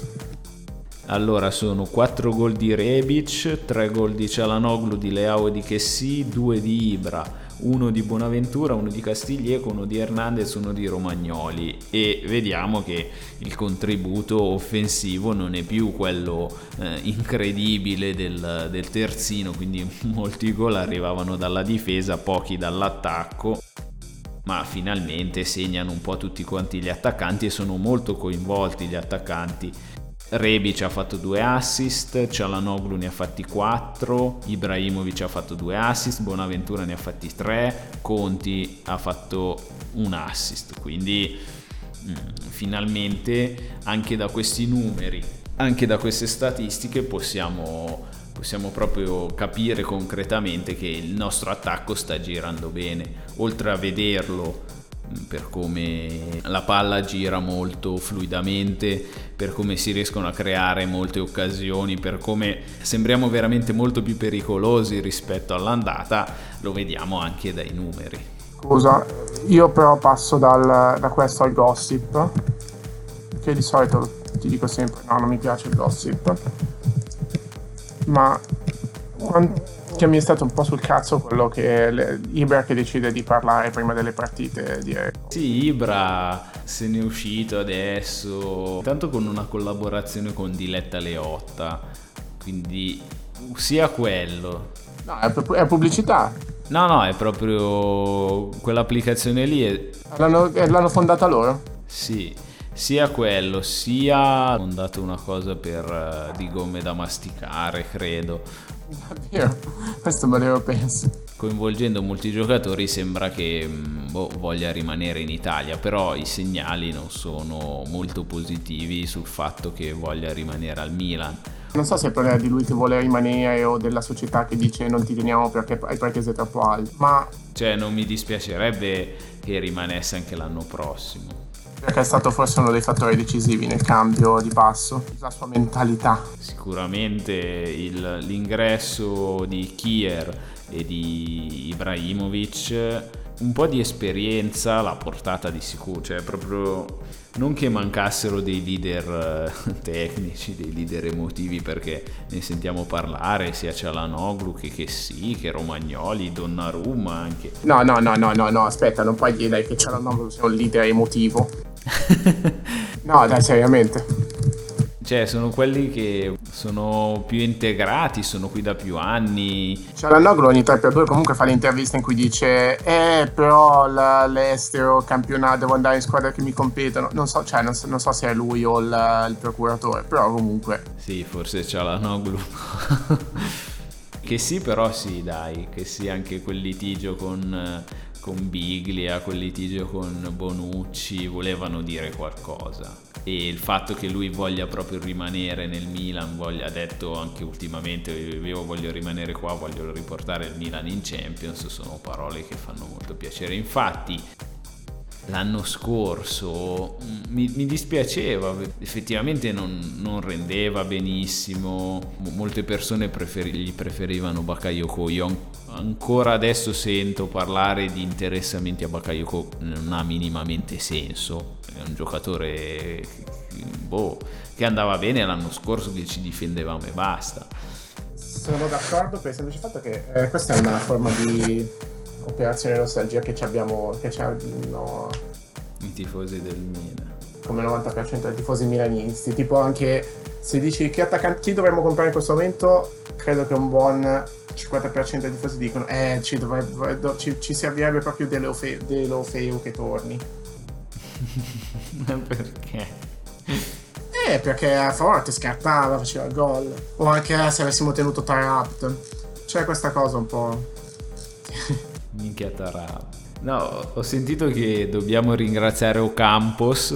Speaker 1: Allora sono quattro gol di Rebic, tre gol di Çalhanoğlu, di Leao e di Kessie, due di Ibra, uno di Bonaventura, uno di Castiglieco, uno di Hernandez, uno di Romagnoli, e vediamo che il contributo offensivo non è più quello eh, incredibile del, del terzino, quindi molti gol arrivavano dalla difesa, pochi dall'attacco, ma finalmente segnano un po' tutti quanti gli attaccanti e sono molto coinvolti gli attaccanti. Rebic ha fatto due assist, Çalhanoğlu ne ha fatti quattro, Ibrahimovic ha fatto due assist, Bonaventura ne ha fatti tre, Conti ha fatto un assist, quindi mh, finalmente anche da questi numeri, anche da queste statistiche possiamo, possiamo proprio capire concretamente che il nostro attacco sta girando bene, oltre a vederlo per come la palla gira molto fluidamente, per come si riescono a creare molte occasioni, per come sembriamo veramente molto più pericolosi rispetto all'andata, lo vediamo anche dai numeri.
Speaker 2: Scusa, io però passo dal, da questo al gossip, che di solito ti dico sempre no, non mi piace il gossip, ma che mi è stato un po' sul cazzo quello che le, Ibra che decide di parlare prima delle partite, direi.
Speaker 1: Sì, Ibra se ne è uscito adesso, tanto con una collaborazione con Diletta Leotta, quindi sia quello.
Speaker 2: No, è, è pubblicità.
Speaker 1: No, no, è proprio quell'applicazione lì. È...
Speaker 2: L'hanno, l'hanno fondata loro?
Speaker 1: Sì, sia quello, sia hanno dato una cosa per uh, di gomme da masticare, credo.
Speaker 2: Davvero? Questo me lo penso.
Speaker 1: Coinvolgendo molti giocatori sembra che boh, voglia rimanere in Italia, però i segnali non sono molto positivi sul fatto che voglia rimanere al Milan.
Speaker 2: Non so se è il problema di lui che vuole rimanere o della società che dice non ti teniamo perché hai pretese troppo alte, ma...
Speaker 1: Cioè non mi dispiacerebbe che rimanesse anche l'anno prossimo.
Speaker 2: Perché è stato forse uno dei fattori decisivi nel cambio di passo, la sua mentalità.
Speaker 1: Sicuramente il, l'ingresso di Kier e di Ibrahimovic, un po' di esperienza l'ha portata di sicuro, cioè proprio non che mancassero dei leader tecnici, dei leader emotivi, perché ne sentiamo parlare sia Çalhanoğlu che che sì, che Romagnoli, Donnarumma anche.
Speaker 2: No, no, no, no, no, no, aspetta, non puoi dire che Çalhanoğlu sia un leader emotivo. No, dai, seriamente.
Speaker 1: Cioè, sono quelli che sono più integrati, sono qui da più anni.
Speaker 2: Cialanoglu ogni tre per due comunque fa l'intervista in cui dice eh però la, l'estero, campionato, devo andare in squadre che mi competono. Non so, cioè, non so, non so se è lui o il, il procuratore, però comunque...
Speaker 1: Sì, forse Cialanoglu. Che sì, però sì, dai, che sì anche quel litigio con, con Biglia, quel litigio con Bonucci, volevano dire qualcosa. E il fatto che lui voglia proprio rimanere nel Milan, voglia, ha detto anche ultimamente io voglio rimanere qua, voglio riportare il Milan in Champions, sono parole che fanno molto piacere. Infatti l'anno scorso mi, mi dispiaceva, effettivamente non, non rendeva benissimo, molte persone preferi, gli preferivano Bakayoko. Io ancora adesso sento parlare di interessamenti a Bakayoko, non ha minimamente senso, è un giocatore boh, che andava bene l'anno scorso, che ci difendevamo e basta.
Speaker 2: Sono d'accordo per il semplice fatto che eh, questa è una forma di operazione nostalgia che ci abbiamo, che ci hanno
Speaker 1: i tifosi del Milan,
Speaker 2: come il novanta per cento dei tifosi milanisti. Tipo, anche se dici che attaccanti chi dovremmo comprare in questo momento, credo che un buon cinquanta per cento dei tifosi dicono eh ci, dovrebbe, ci, ci servirebbe proprio Deulofeu, Deulofeu che torni.
Speaker 1: Perché?
Speaker 2: Eh, perché a forte scartava, faceva il gol. O anche se avessimo tenuto Taarabt. C'è questa cosa un po'.
Speaker 1: Minchia Taarabt. No, ho sentito che dobbiamo ringraziare Ocampos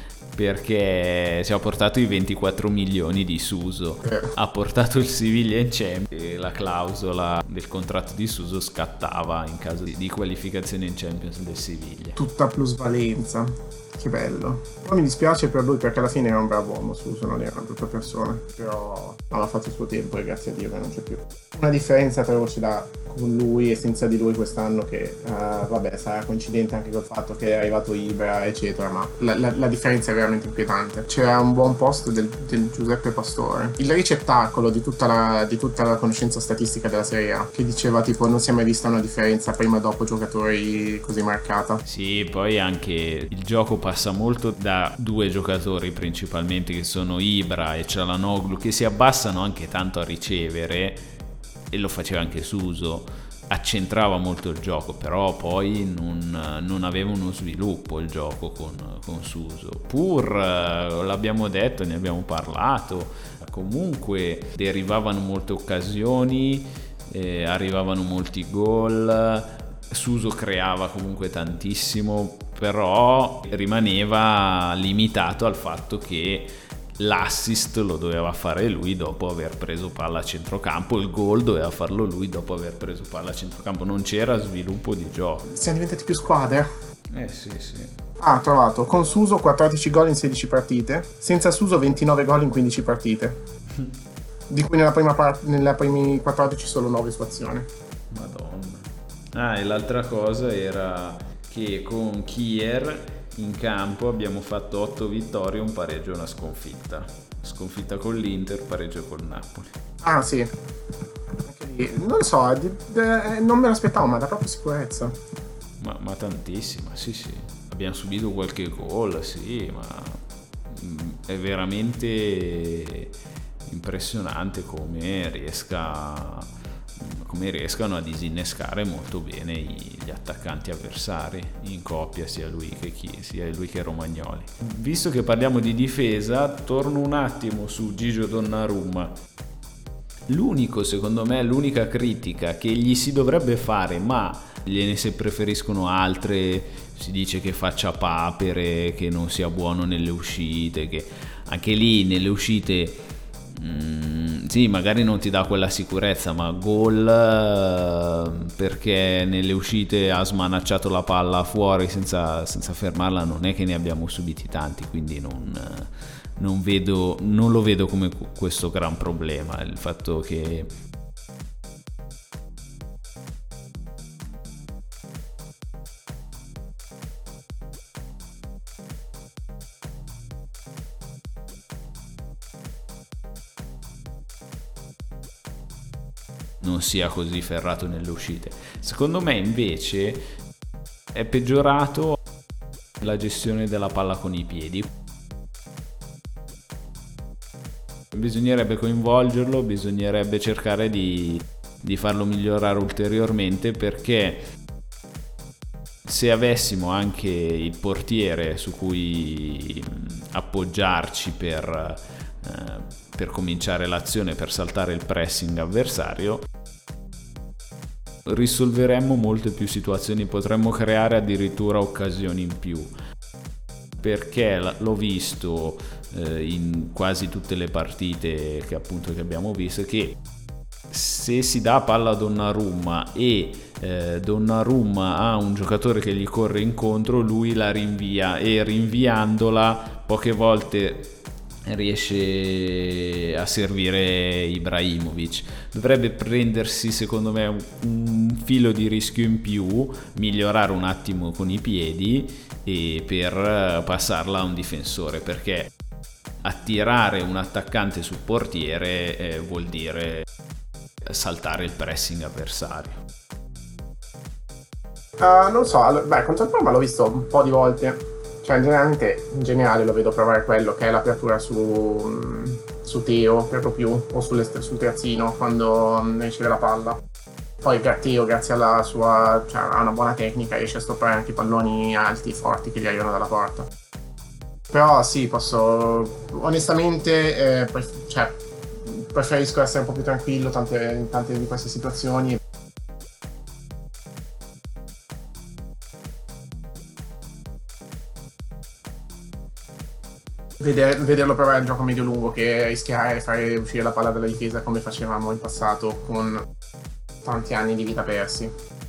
Speaker 1: perché ci ha portato i ventiquattro milioni di Suso.
Speaker 2: Eh.
Speaker 1: Ha portato il Siviglia in Champions e la clausola del contratto di Suso scattava in caso di qualificazione in Champions del Siviglia.
Speaker 2: Tutta plusvalenza. Che bello. Poi mi dispiace per lui perché alla fine era un bravo uomo, Suso non era una brutta persona, però non ha fatto il suo tempo e grazie a Dio che non c'è più. Una differenza tra ce l'ha con lui e senza di lui quest'anno che uh, vabbè sarà coincidente anche col fatto che è arrivato Ibra eccetera, ma la, la, la differenza è veramente inquietante. C'era un buon post del, del Giuseppe Pastore, il ricettacolo di tutta, la, di tutta la conoscenza statistica della Serie A, che diceva tipo non si è mai vista una differenza prima e dopo giocatori così marcata.
Speaker 1: Sì, poi anche il gioco passa molto da due giocatori principalmente che sono Ibra e Cialanoglu, che si abbassano anche tanto a ricevere, e lo faceva anche Suso, accentrava molto il gioco, però poi non, non aveva uno sviluppo il gioco con, con Suso. Pur, l'abbiamo detto, ne abbiamo parlato, comunque derivavano molte occasioni, eh, arrivavano molti gol, Suso creava comunque tantissimo, però rimaneva limitato al fatto che l'assist lo doveva fare lui dopo aver preso palla a centrocampo, il gol doveva farlo lui dopo aver preso palla a centrocampo, non c'era sviluppo di gioco.
Speaker 2: Siamo diventati più squadre?
Speaker 1: Eh sì sì.
Speaker 2: Ah, trovato, con Suso quattordici gol in sedici partite, senza Suso ventinove gol in quindici partite, di cui nella prima parte, nella primi quattordici solo nove su azione.
Speaker 1: Madonna. Ah, e l'altra cosa era che con Kier in campo abbiamo fatto otto vittorie, un pareggio e una sconfitta. Sconfitta con l'Inter, pareggio col Napoli.
Speaker 2: Ah sì, anche lì, non lo so, di, de, non me l'aspettavo, ma da proprio sicurezza.
Speaker 1: Ma, ma tantissima, sì sì. Abbiamo subito qualche gol, sì, ma è veramente impressionante come riesca... come riescano a disinnescare molto bene gli attaccanti avversari in coppia, sia lui che chi, sia lui che Romagnoli. Visto che parliamo di difesa, torno un attimo su Gigio Donnarumma. L'unico, secondo me, l'unica critica che gli si dovrebbe fare, ma gliene se preferiscono altre, si dice che faccia papere, che non sia buono nelle uscite, che anche lì nelle uscite Mm, sì, magari non ti dà quella sicurezza, ma gol eh, perché nelle uscite ha smanacciato la palla fuori senza, senza fermarla, non è che ne abbiamo subiti tanti, quindi non, non, vedo, non lo vedo come questo gran problema, il fatto che non sia così ferrato nelle uscite. Secondo me invece è peggiorato la gestione della palla con i piedi. Bisognerebbe coinvolgerlo, bisognerebbe cercare di, di farlo migliorare ulteriormente, perché se avessimo anche il portiere su cui appoggiarci per, eh, per cominciare l'azione, per saltare il pressing avversario, risolveremmo molte più situazioni, potremmo creare addirittura occasioni in più, perché l'ho visto eh, in quasi tutte le partite che appunto che abbiamo visto, che se si dà palla a Donnarumma e eh, Donnarumma ha un giocatore che gli corre incontro, lui la rinvia, e rinviandola poche volte riesce a servire Ibrahimovic. Dovrebbe prendersi, secondo me, un, un filo di rischio in più, migliorare un attimo con i piedi e per passarla a un difensore, perché attirare un attaccante sul portiere eh, vuol dire saltare il pressing avversario.
Speaker 2: Uh, non so, all- beh, contro il Parma l'ho visto un po' di volte. Cioè, generalmente, in generale lo vedo provare quello che è l'apertura su, su Teo, per lo più, o sul terzino, quando riceve la palla. Poi Teo, grazie alla sua, cioè, ha una buona tecnica, riesce a stoppare anche i palloni alti, forti, che gli arrivano dalla porta. Però sì, posso, onestamente, eh, pref- cioè, preferisco essere un po' più tranquillo tante, in tante di queste situazioni. Veder, vederlo provare il gioco medio-lungo, che rischiare di fare uscire la palla dalla difesa come facevamo in passato con tanti anni di vita persi.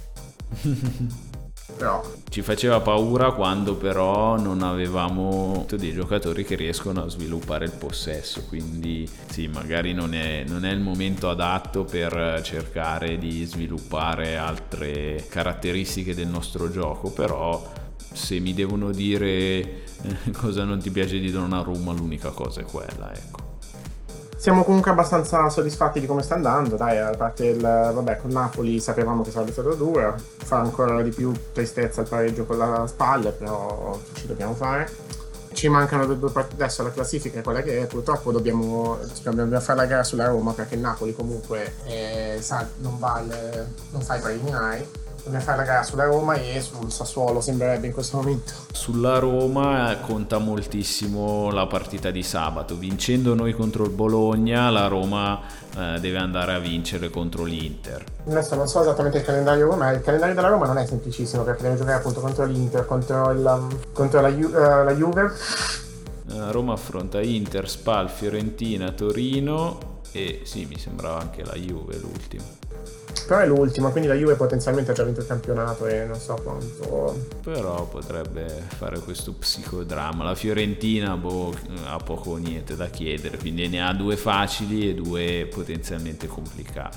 Speaker 2: Però
Speaker 1: ci faceva paura quando però non avevamo dei giocatori che riescono a sviluppare il possesso, quindi sì, magari non è, non è il momento adatto per cercare di sviluppare altre caratteristiche del nostro gioco, però se mi devono dire eh, cosa non ti piace di Donnarumma, l'unica cosa è quella, ecco.
Speaker 2: Siamo comunque abbastanza soddisfatti di come sta andando, dai, a parte il, vabbè, con Napoli sapevamo che sarebbe stato dura, fa ancora di più tristezza il pareggio con la spalla, però ci dobbiamo fare. Ci mancano due partite, adesso la classifica è quella che è, purtroppo dobbiamo, dobbiamo fare la gara sulla Roma, perché il Napoli comunque è, sa, non, va il, non fa i preliminari. Dobbiamo fare la gara sulla Roma e sul Sassuolo, sembrerebbe in questo momento.
Speaker 1: Sulla Roma conta moltissimo la partita di sabato. Vincendo noi contro il Bologna, la Roma eh, deve andare a vincere contro l'Inter.
Speaker 2: Adesso non so esattamente il calendario Roma, il calendario della Roma non è semplicissimo, perché deve giocare appunto contro l'Inter, contro, il, contro la, Ju, uh, la Juve.
Speaker 1: La Roma affronta Inter, Spal, Fiorentina, Torino e sì, mi sembrava anche la Juve l'ultimo.
Speaker 2: Però è l'ultima, quindi la Juve potenzialmente ha già vinto il campionato e non so quanto.
Speaker 1: Però potrebbe fare questo psicodramma. La Fiorentina boh, ha poco o niente da chiedere, quindi ne ha due facili e due potenzialmente complicate.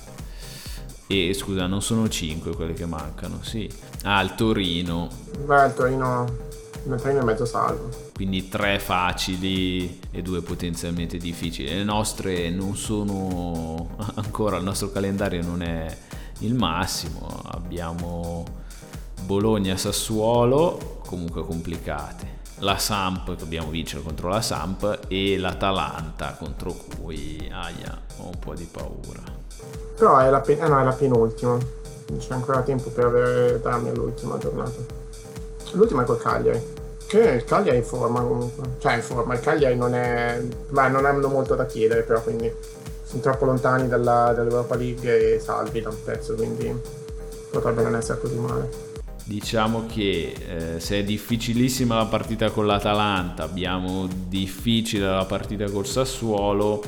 Speaker 1: E scusa, non sono cinque quelle che mancano, sì. Ah, il Torino.
Speaker 2: Beh, il Torino, il Torino è mezzo salvo.
Speaker 1: Quindi tre facili e due potenzialmente difficili. Le nostre non sono ancora, il nostro calendario non è il massimo. Abbiamo Bologna, Sassuolo, comunque complicate. La Samp, dobbiamo vincere contro la Samp, e l'Atalanta, contro cui aia, ho un po' di paura.
Speaker 2: Però è la, pe- eh no, è la penultima, c'è ancora tempo per avere drammi all'ultima giornata. L'ultima è col Cagliari. Che il Cagliari è in forma comunque, cioè in forma, il Cagliari non è, ma non hanno molto da chiedere, però quindi sono troppo lontani dalla, dall'Europa League e salvi da un pezzo, quindi potrebbe non essere così male.
Speaker 1: Diciamo che eh, se è difficilissima la partita con l'Atalanta, abbiamo difficile la partita col Sassuolo,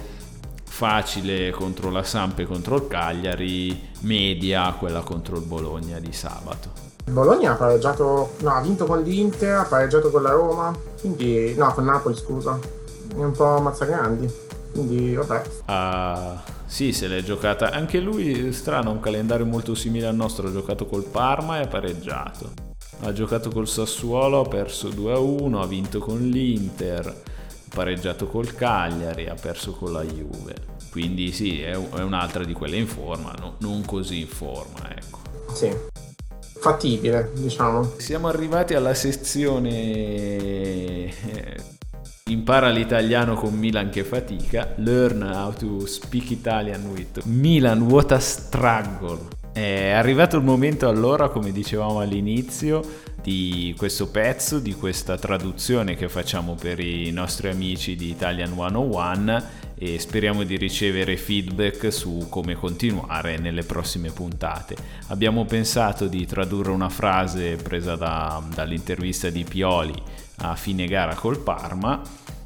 Speaker 1: facile contro la Samp e contro il Cagliari, media quella contro il Bologna di sabato.
Speaker 2: Bologna ha pareggiato, no, ha vinto con l'Inter, ha pareggiato con la Roma, quindi, no, con Napoli, scusa, è un po' mazzagrandi, quindi vabbè.
Speaker 1: Uh, sì, se l'è giocata, anche lui, strano, ha un calendario molto simile al nostro, ha giocato col Parma e ha pareggiato, ha giocato col Sassuolo, ha perso due a uno, ha vinto con l'Inter, ha pareggiato col Cagliari, ha perso con la Juve, quindi sì, è, è un'altra di quelle in forma, no, non così in forma, ecco.
Speaker 2: Sì. Fattibile, diciamo.
Speaker 1: Siamo arrivati alla sezione impara l'italiano con Milan che fatica. Learn how to speak Italian with Milan, what a struggle. È arrivato il momento allora, come dicevamo all'inizio, di questo pezzo, di questa traduzione che facciamo per i nostri amici di Italian centouno e speriamo di ricevere feedback su come continuare nelle prossime puntate. Abbiamo pensato di tradurre una frase presa da, dall'intervista di Pioli a fine gara col Parma.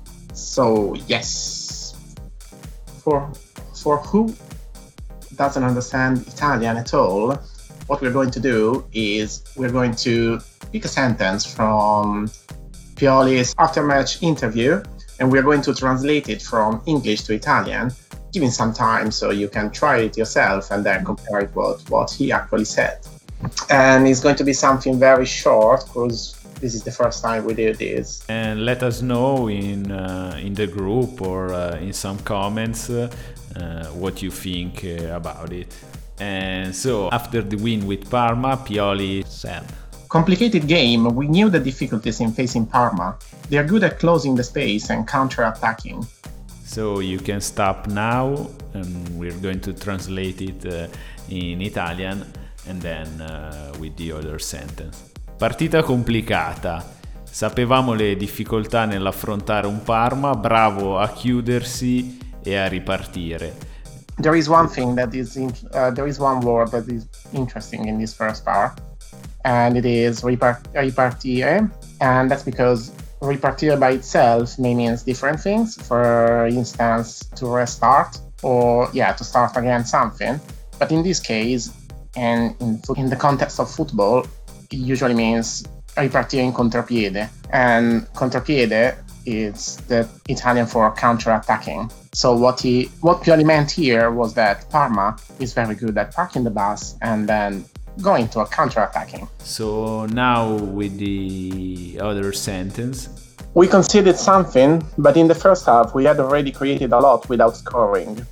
Speaker 2: So, yes, for, for who doesn't understand Italian at all, what we're going to do is we're going to pick a sentence from Pioli's after-match interview and we're going to translate it from English to Italian, giving some time so you can try it yourself and then compare it with what he actually said. And it's going to be something very short because this is the first time we do this.
Speaker 1: And let us know in uh, in the group or uh, in some comments uh, uh, what you think uh, about it. And so after the win with Parma, Pioli said,
Speaker 2: "Complicated game. We knew the difficulties in facing Parma. They are good at closing the space and counter-attacking."
Speaker 1: So you can stop now and we're going to translate it uh, in Italian and then uh, with the other sentence. Partita complicata. Sapevamo le difficoltà nell'affrontare un Parma, bravo a chiudersi e a ripartire.
Speaker 2: There is one thing that is in, uh, there is one word that is interesting in this first part, and it is ripart- ripartire, and that's because ripartire by itself may mean different things. For instance, to restart or yeah, to start again something. But in this case, and in, in the context of football, it usually means ripartire in contropiede, and contropiede is the Italian for counter-attacking. So what he, what Pioli meant here was that Parma is very good at parking the bus and then going to a counter-attacking.
Speaker 1: So now with the other sentence.
Speaker 2: We conceded something, but in the first half we had already created a lot without scoring.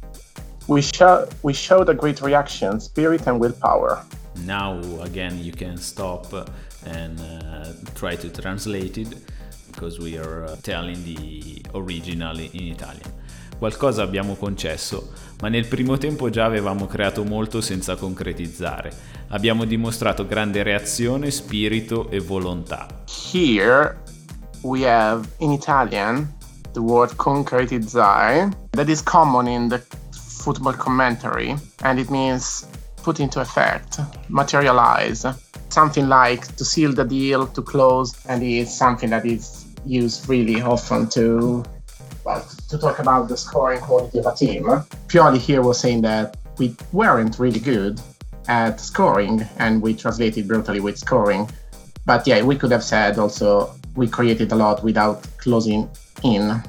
Speaker 2: We, show, we showed a great reaction, spirit and willpower.
Speaker 1: Now again you can stop and uh, try to translate it because we are uh, telling the original in Italian. Qualcosa abbiamo concesso, ma nel primo tempo già avevamo creato molto senza concretizzare. Abbiamo dimostrato grande reazione, spirito e volontà.
Speaker 2: Here we have in Italian the word concretizzare that is common in the football commentary and it means put into effect, materialize, something like to seal the deal, to close, and it's something that is used really often to, well, to talk about the scoring quality of a team. Pioli here was saying that we weren't really good at scoring, and we translated brutally with scoring. But yeah, we could have said also we created a lot without closing in.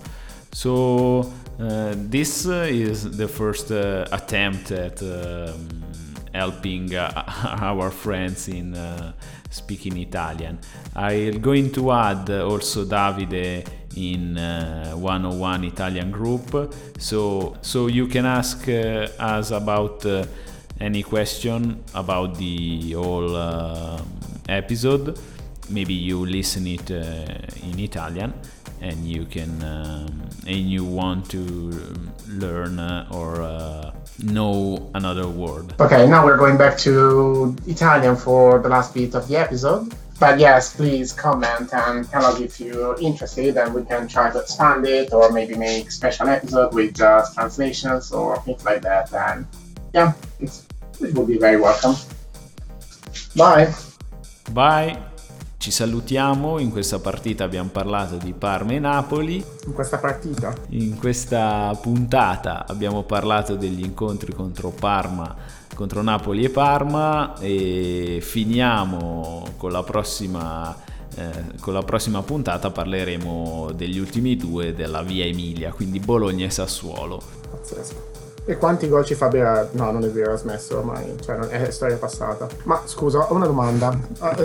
Speaker 1: So uh, this uh, is the first uh, attempt at um, helping uh, our friends in uh, speaking Italian. I'm going to add also Davide in uh, one oh one Italian group, so so you can ask uh, us about uh, any question about the whole uh, episode. Maybe you listen it uh, in Italian and you can um, and you want to learn uh, or uh, know another word.
Speaker 2: Okay, now we're going back to Italian for the last bit of the episode. But yes, please comment and tell us if you're interested and we can try to expand it or maybe make special episode with just translations or things like that. And yeah, it's, it will be very welcome. Bye!
Speaker 1: Bye! Ci salutiamo, in questa partita abbiamo parlato di Parma e Napoli.
Speaker 2: In questa partita?
Speaker 1: In questa puntata abbiamo parlato degli incontri contro Parma, contro Napoli e Parma e finiamo con la prossima, eh, con la prossima puntata parleremo degli ultimi due della Via Emilia, quindi Bologna e Sassuolo.
Speaker 2: Pazzesco. E quanti gol ci fa Berardi? No, non è vero, ha smesso ormai, cioè non è storia passata. Ma scusa, ho una domanda.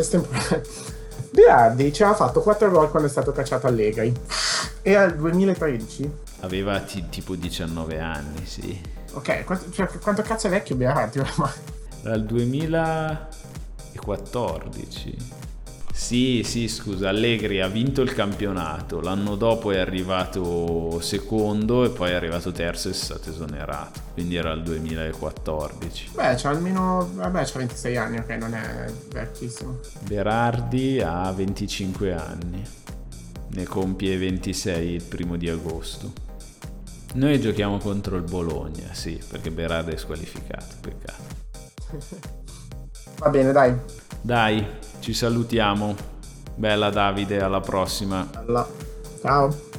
Speaker 2: Berardi ci aveva fatto quattro gol quando è stato cacciato Allegri. E al duemilatredici?
Speaker 1: Aveva t- tipo diciannove anni, sì.
Speaker 2: Ok, quanto, cioè, quanto cazzo è vecchio Berardi ormai?
Speaker 1: Dal duemilaquattordici. Sì, sì, scusa, Allegri ha vinto il campionato, l'anno dopo è arrivato secondo e poi è arrivato terzo e è stato esonerato, quindi era il duemilaquattordici.
Speaker 2: Beh, c'ha almeno, vabbè, c'ha ventisei anni, ok, non è vecchissimo.
Speaker 1: Berardi ha venticinque anni, ne compie ventisei il primo di agosto. Noi giochiamo contro il Bologna, sì, perché Berardi è squalificato, peccato.
Speaker 2: Va bene, dai.
Speaker 1: Dai, ci salutiamo. Bella Davide, alla prossima.
Speaker 2: Bella. Ciao.